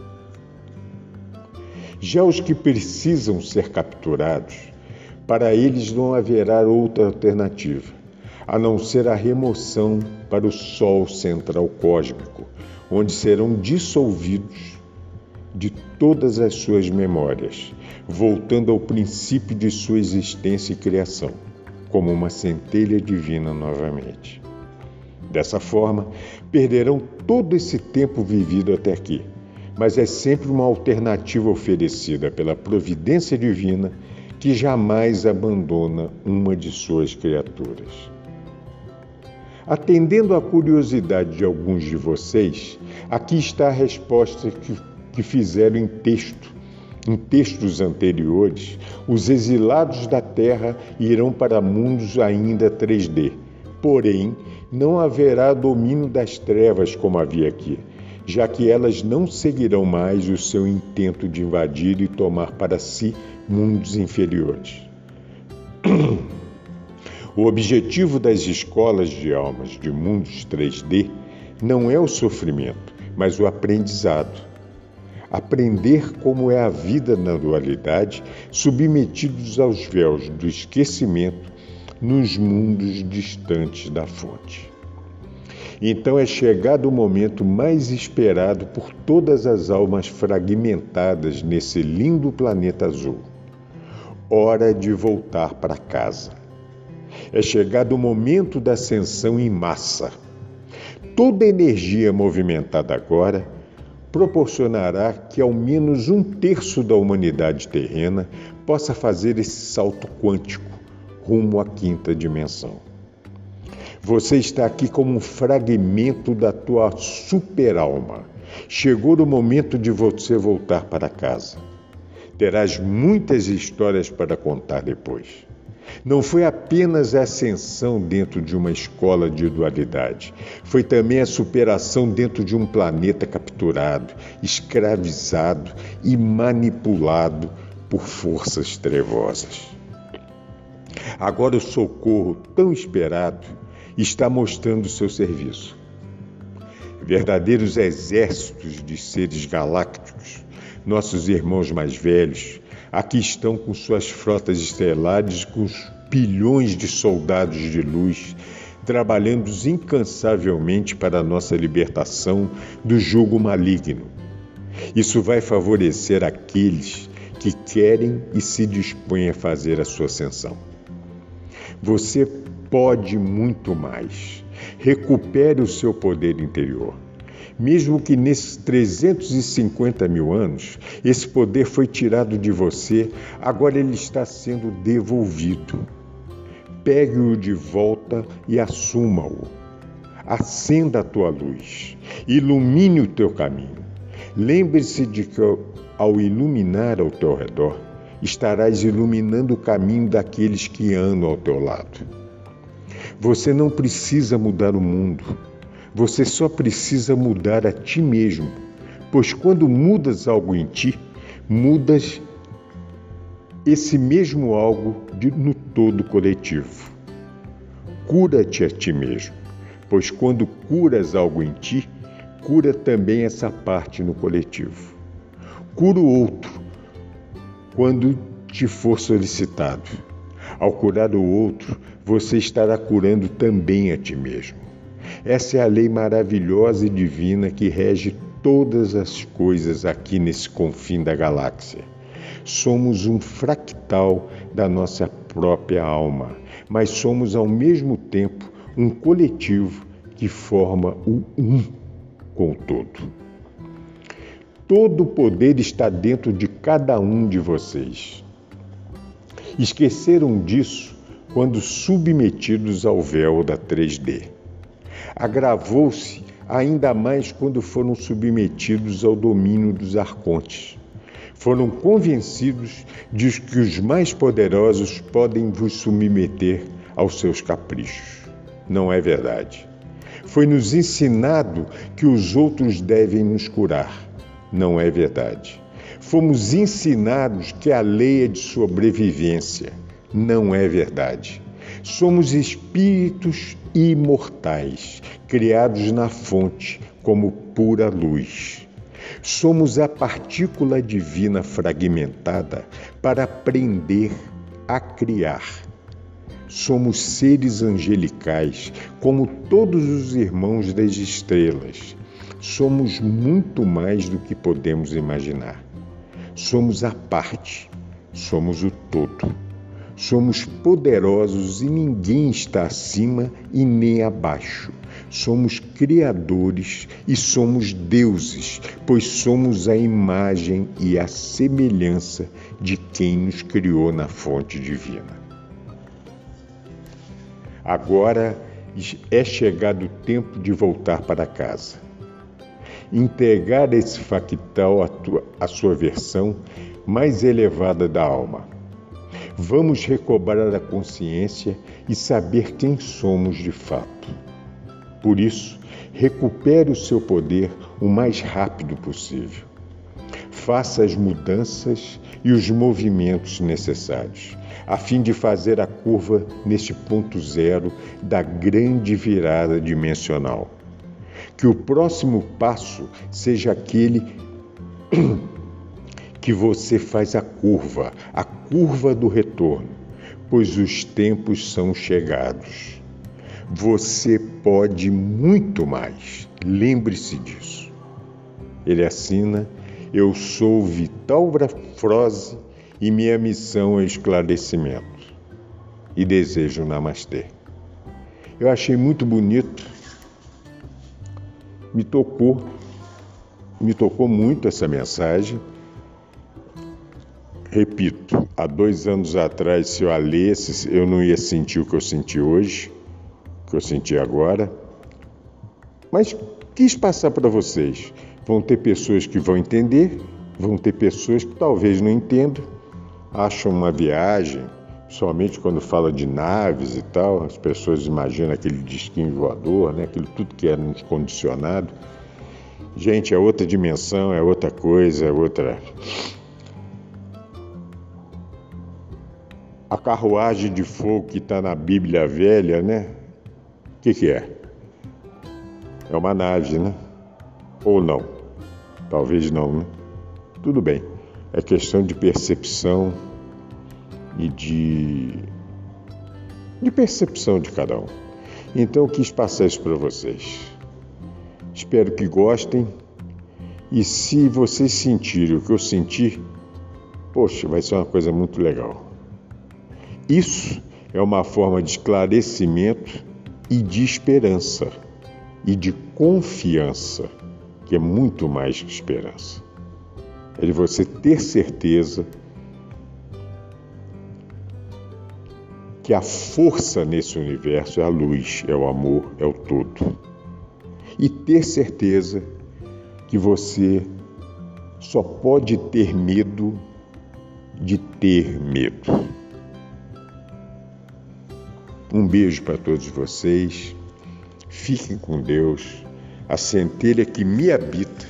Já os que precisam ser capturados, para eles não haverá outra alternativa, a não ser a remoção para o Sol central cósmico, onde serão dissolvidos de todas as suas memórias, voltando ao princípio de sua existência e criação, como uma centelha divina novamente. Dessa forma, perderão todo esse tempo vivido até aqui, mas é sempre uma alternativa oferecida pela providência divina que jamais abandona uma de suas criaturas. Atendendo à curiosidade de alguns de vocês, aqui está a resposta que, que fizeram em texto. Em textos anteriores, os exilados da Terra irão para mundos ainda três D, porém, não haverá domínio das trevas como havia aqui, já que elas não seguirão mais o seu intento de invadir e tomar para si mundos inferiores. O objetivo das escolas de almas de mundos três D não é o sofrimento, mas o aprendizado. Aprender como é a vida na dualidade, submetidos aos véus do esquecimento nos mundos distantes da fonte. Então é chegado o momento mais esperado por todas as almas fragmentadas nesse lindo planeta azul. Hora de voltar para casa. É chegado o momento da ascensão em massa. Toda a energia movimentada agora proporcionará que ao menos um terço da humanidade terrena possa fazer esse salto quântico rumo à quinta dimensão. Você está aqui como um fragmento da tua super-alma. Chegou o momento de você voltar para casa. Terás muitas histórias para contar depois. Não foi apenas a ascensão dentro de uma escola de dualidade. Foi também a superação dentro de um planeta capturado, escravizado e manipulado por forças trevosas. Agora o socorro tão esperado está mostrando seu serviço. Verdadeiros exércitos de seres galácticos, nossos irmãos mais velhos, aqui estão com suas frotas estelares, com os bilhões de soldados de luz, trabalhando incansavelmente para a nossa libertação do jugo maligno. Isso vai favorecer aqueles que querem e se dispõem a fazer a sua ascensão. Você pode muito mais. Recupere o seu poder interior. Mesmo que nesses trezentos e cinquenta mil anos, esse poder foi tirado de você, agora ele está sendo devolvido. Pegue-o de volta e assuma-o. Acenda a tua luz. Ilumine o teu caminho. Lembre-se de que ao iluminar ao teu redor, estarás iluminando o caminho daqueles que andam ao teu lado. Você não precisa mudar o mundo. Você só precisa mudar a ti mesmo, pois quando mudas algo em ti, mudas esse mesmo algo de, no todo coletivo. Cura-te a ti mesmo, pois quando curas algo em ti, cura também essa parte no coletivo. Cura o outro quando te for solicitado. Ao curar o outro, você estará curando também a ti mesmo. Essa é a lei maravilhosa e divina que rege todas as coisas aqui nesse confim da galáxia. Somos um fractal da nossa própria alma, mas somos ao mesmo tempo um coletivo que forma o um com o todo. Todo o poder está dentro de cada um de vocês. Esqueceram disso quando submetidos ao véu da três D. Agravou-se ainda mais quando foram submetidos ao domínio dos arcontes. Foram convencidos de que os mais poderosos podem vos submeter aos seus caprichos. Não é verdade. Foi-nos ensinado que os outros devem nos curar. Não é verdade. Fomos ensinados que a lei é de sobrevivência. Não é verdade. Somos espíritos imortais, criados na fonte como pura luz. Somos a partícula divina fragmentada para aprender a criar. Somos seres angelicais, como todos os irmãos das estrelas. Somos muito mais do que podemos imaginar. Somos a parte, somos o todo. Somos poderosos e ninguém está acima e nem abaixo. Somos criadores e somos deuses, pois somos a imagem e a semelhança de quem nos criou na fonte divina. Agora é chegado o tempo de voltar para casa. Entregar esse fractal à sua versão mais elevada da alma. Vamos recobrar a consciência e saber quem somos de fato. Por isso, recupere o seu poder o mais rápido possível. Faça as mudanças e os movimentos necessários, a fim de fazer a curva neste ponto zero da grande virada dimensional. Que o próximo passo seja aquele que você faz a curva, a curva do retorno, pois os tempos são chegados. Você pode muito mais, lembre-se disso. Ele assina: eu sou Vital Froze e minha missão é esclarecimento. E desejo namastê. Eu achei muito bonito, me tocou, me tocou muito essa mensagem. Repito, há dois anos atrás, se eu a lesse, eu não ia sentir o que eu senti hoje, o que eu senti agora. Mas quis passar para vocês. Vão ter pessoas que vão entender, vão ter pessoas que talvez não entendam, acham uma viagem, somente quando fala de naves e tal, as pessoas imaginam aquele disquinho voador, né? Aquilo tudo que é nos condicionado. Gente, é outra dimensão, é outra coisa, é outra... A carruagem de fogo que está na Bíblia Velha, né? O que, que é? É uma nave, né? Ou não? Talvez não, né? Tudo bem. É questão de percepção e de... de percepção de cada um. Então eu quis passar isso para vocês. Espero que gostem. E se vocês sentirem o que eu senti, poxa, vai ser uma coisa muito legal. Isso é uma forma de esclarecimento e de esperança e de confiança, que é muito mais que esperança. É de você ter certeza que a força nesse universo é a luz, é o amor, é o todo. E ter certeza que você só pode ter medo de ter medo. Um beijo para todos vocês. Fiquem com Deus. A centelha que me habita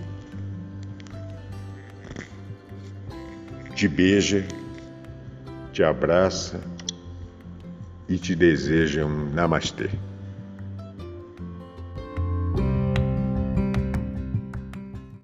te beija, te abraça e te deseja um namastê.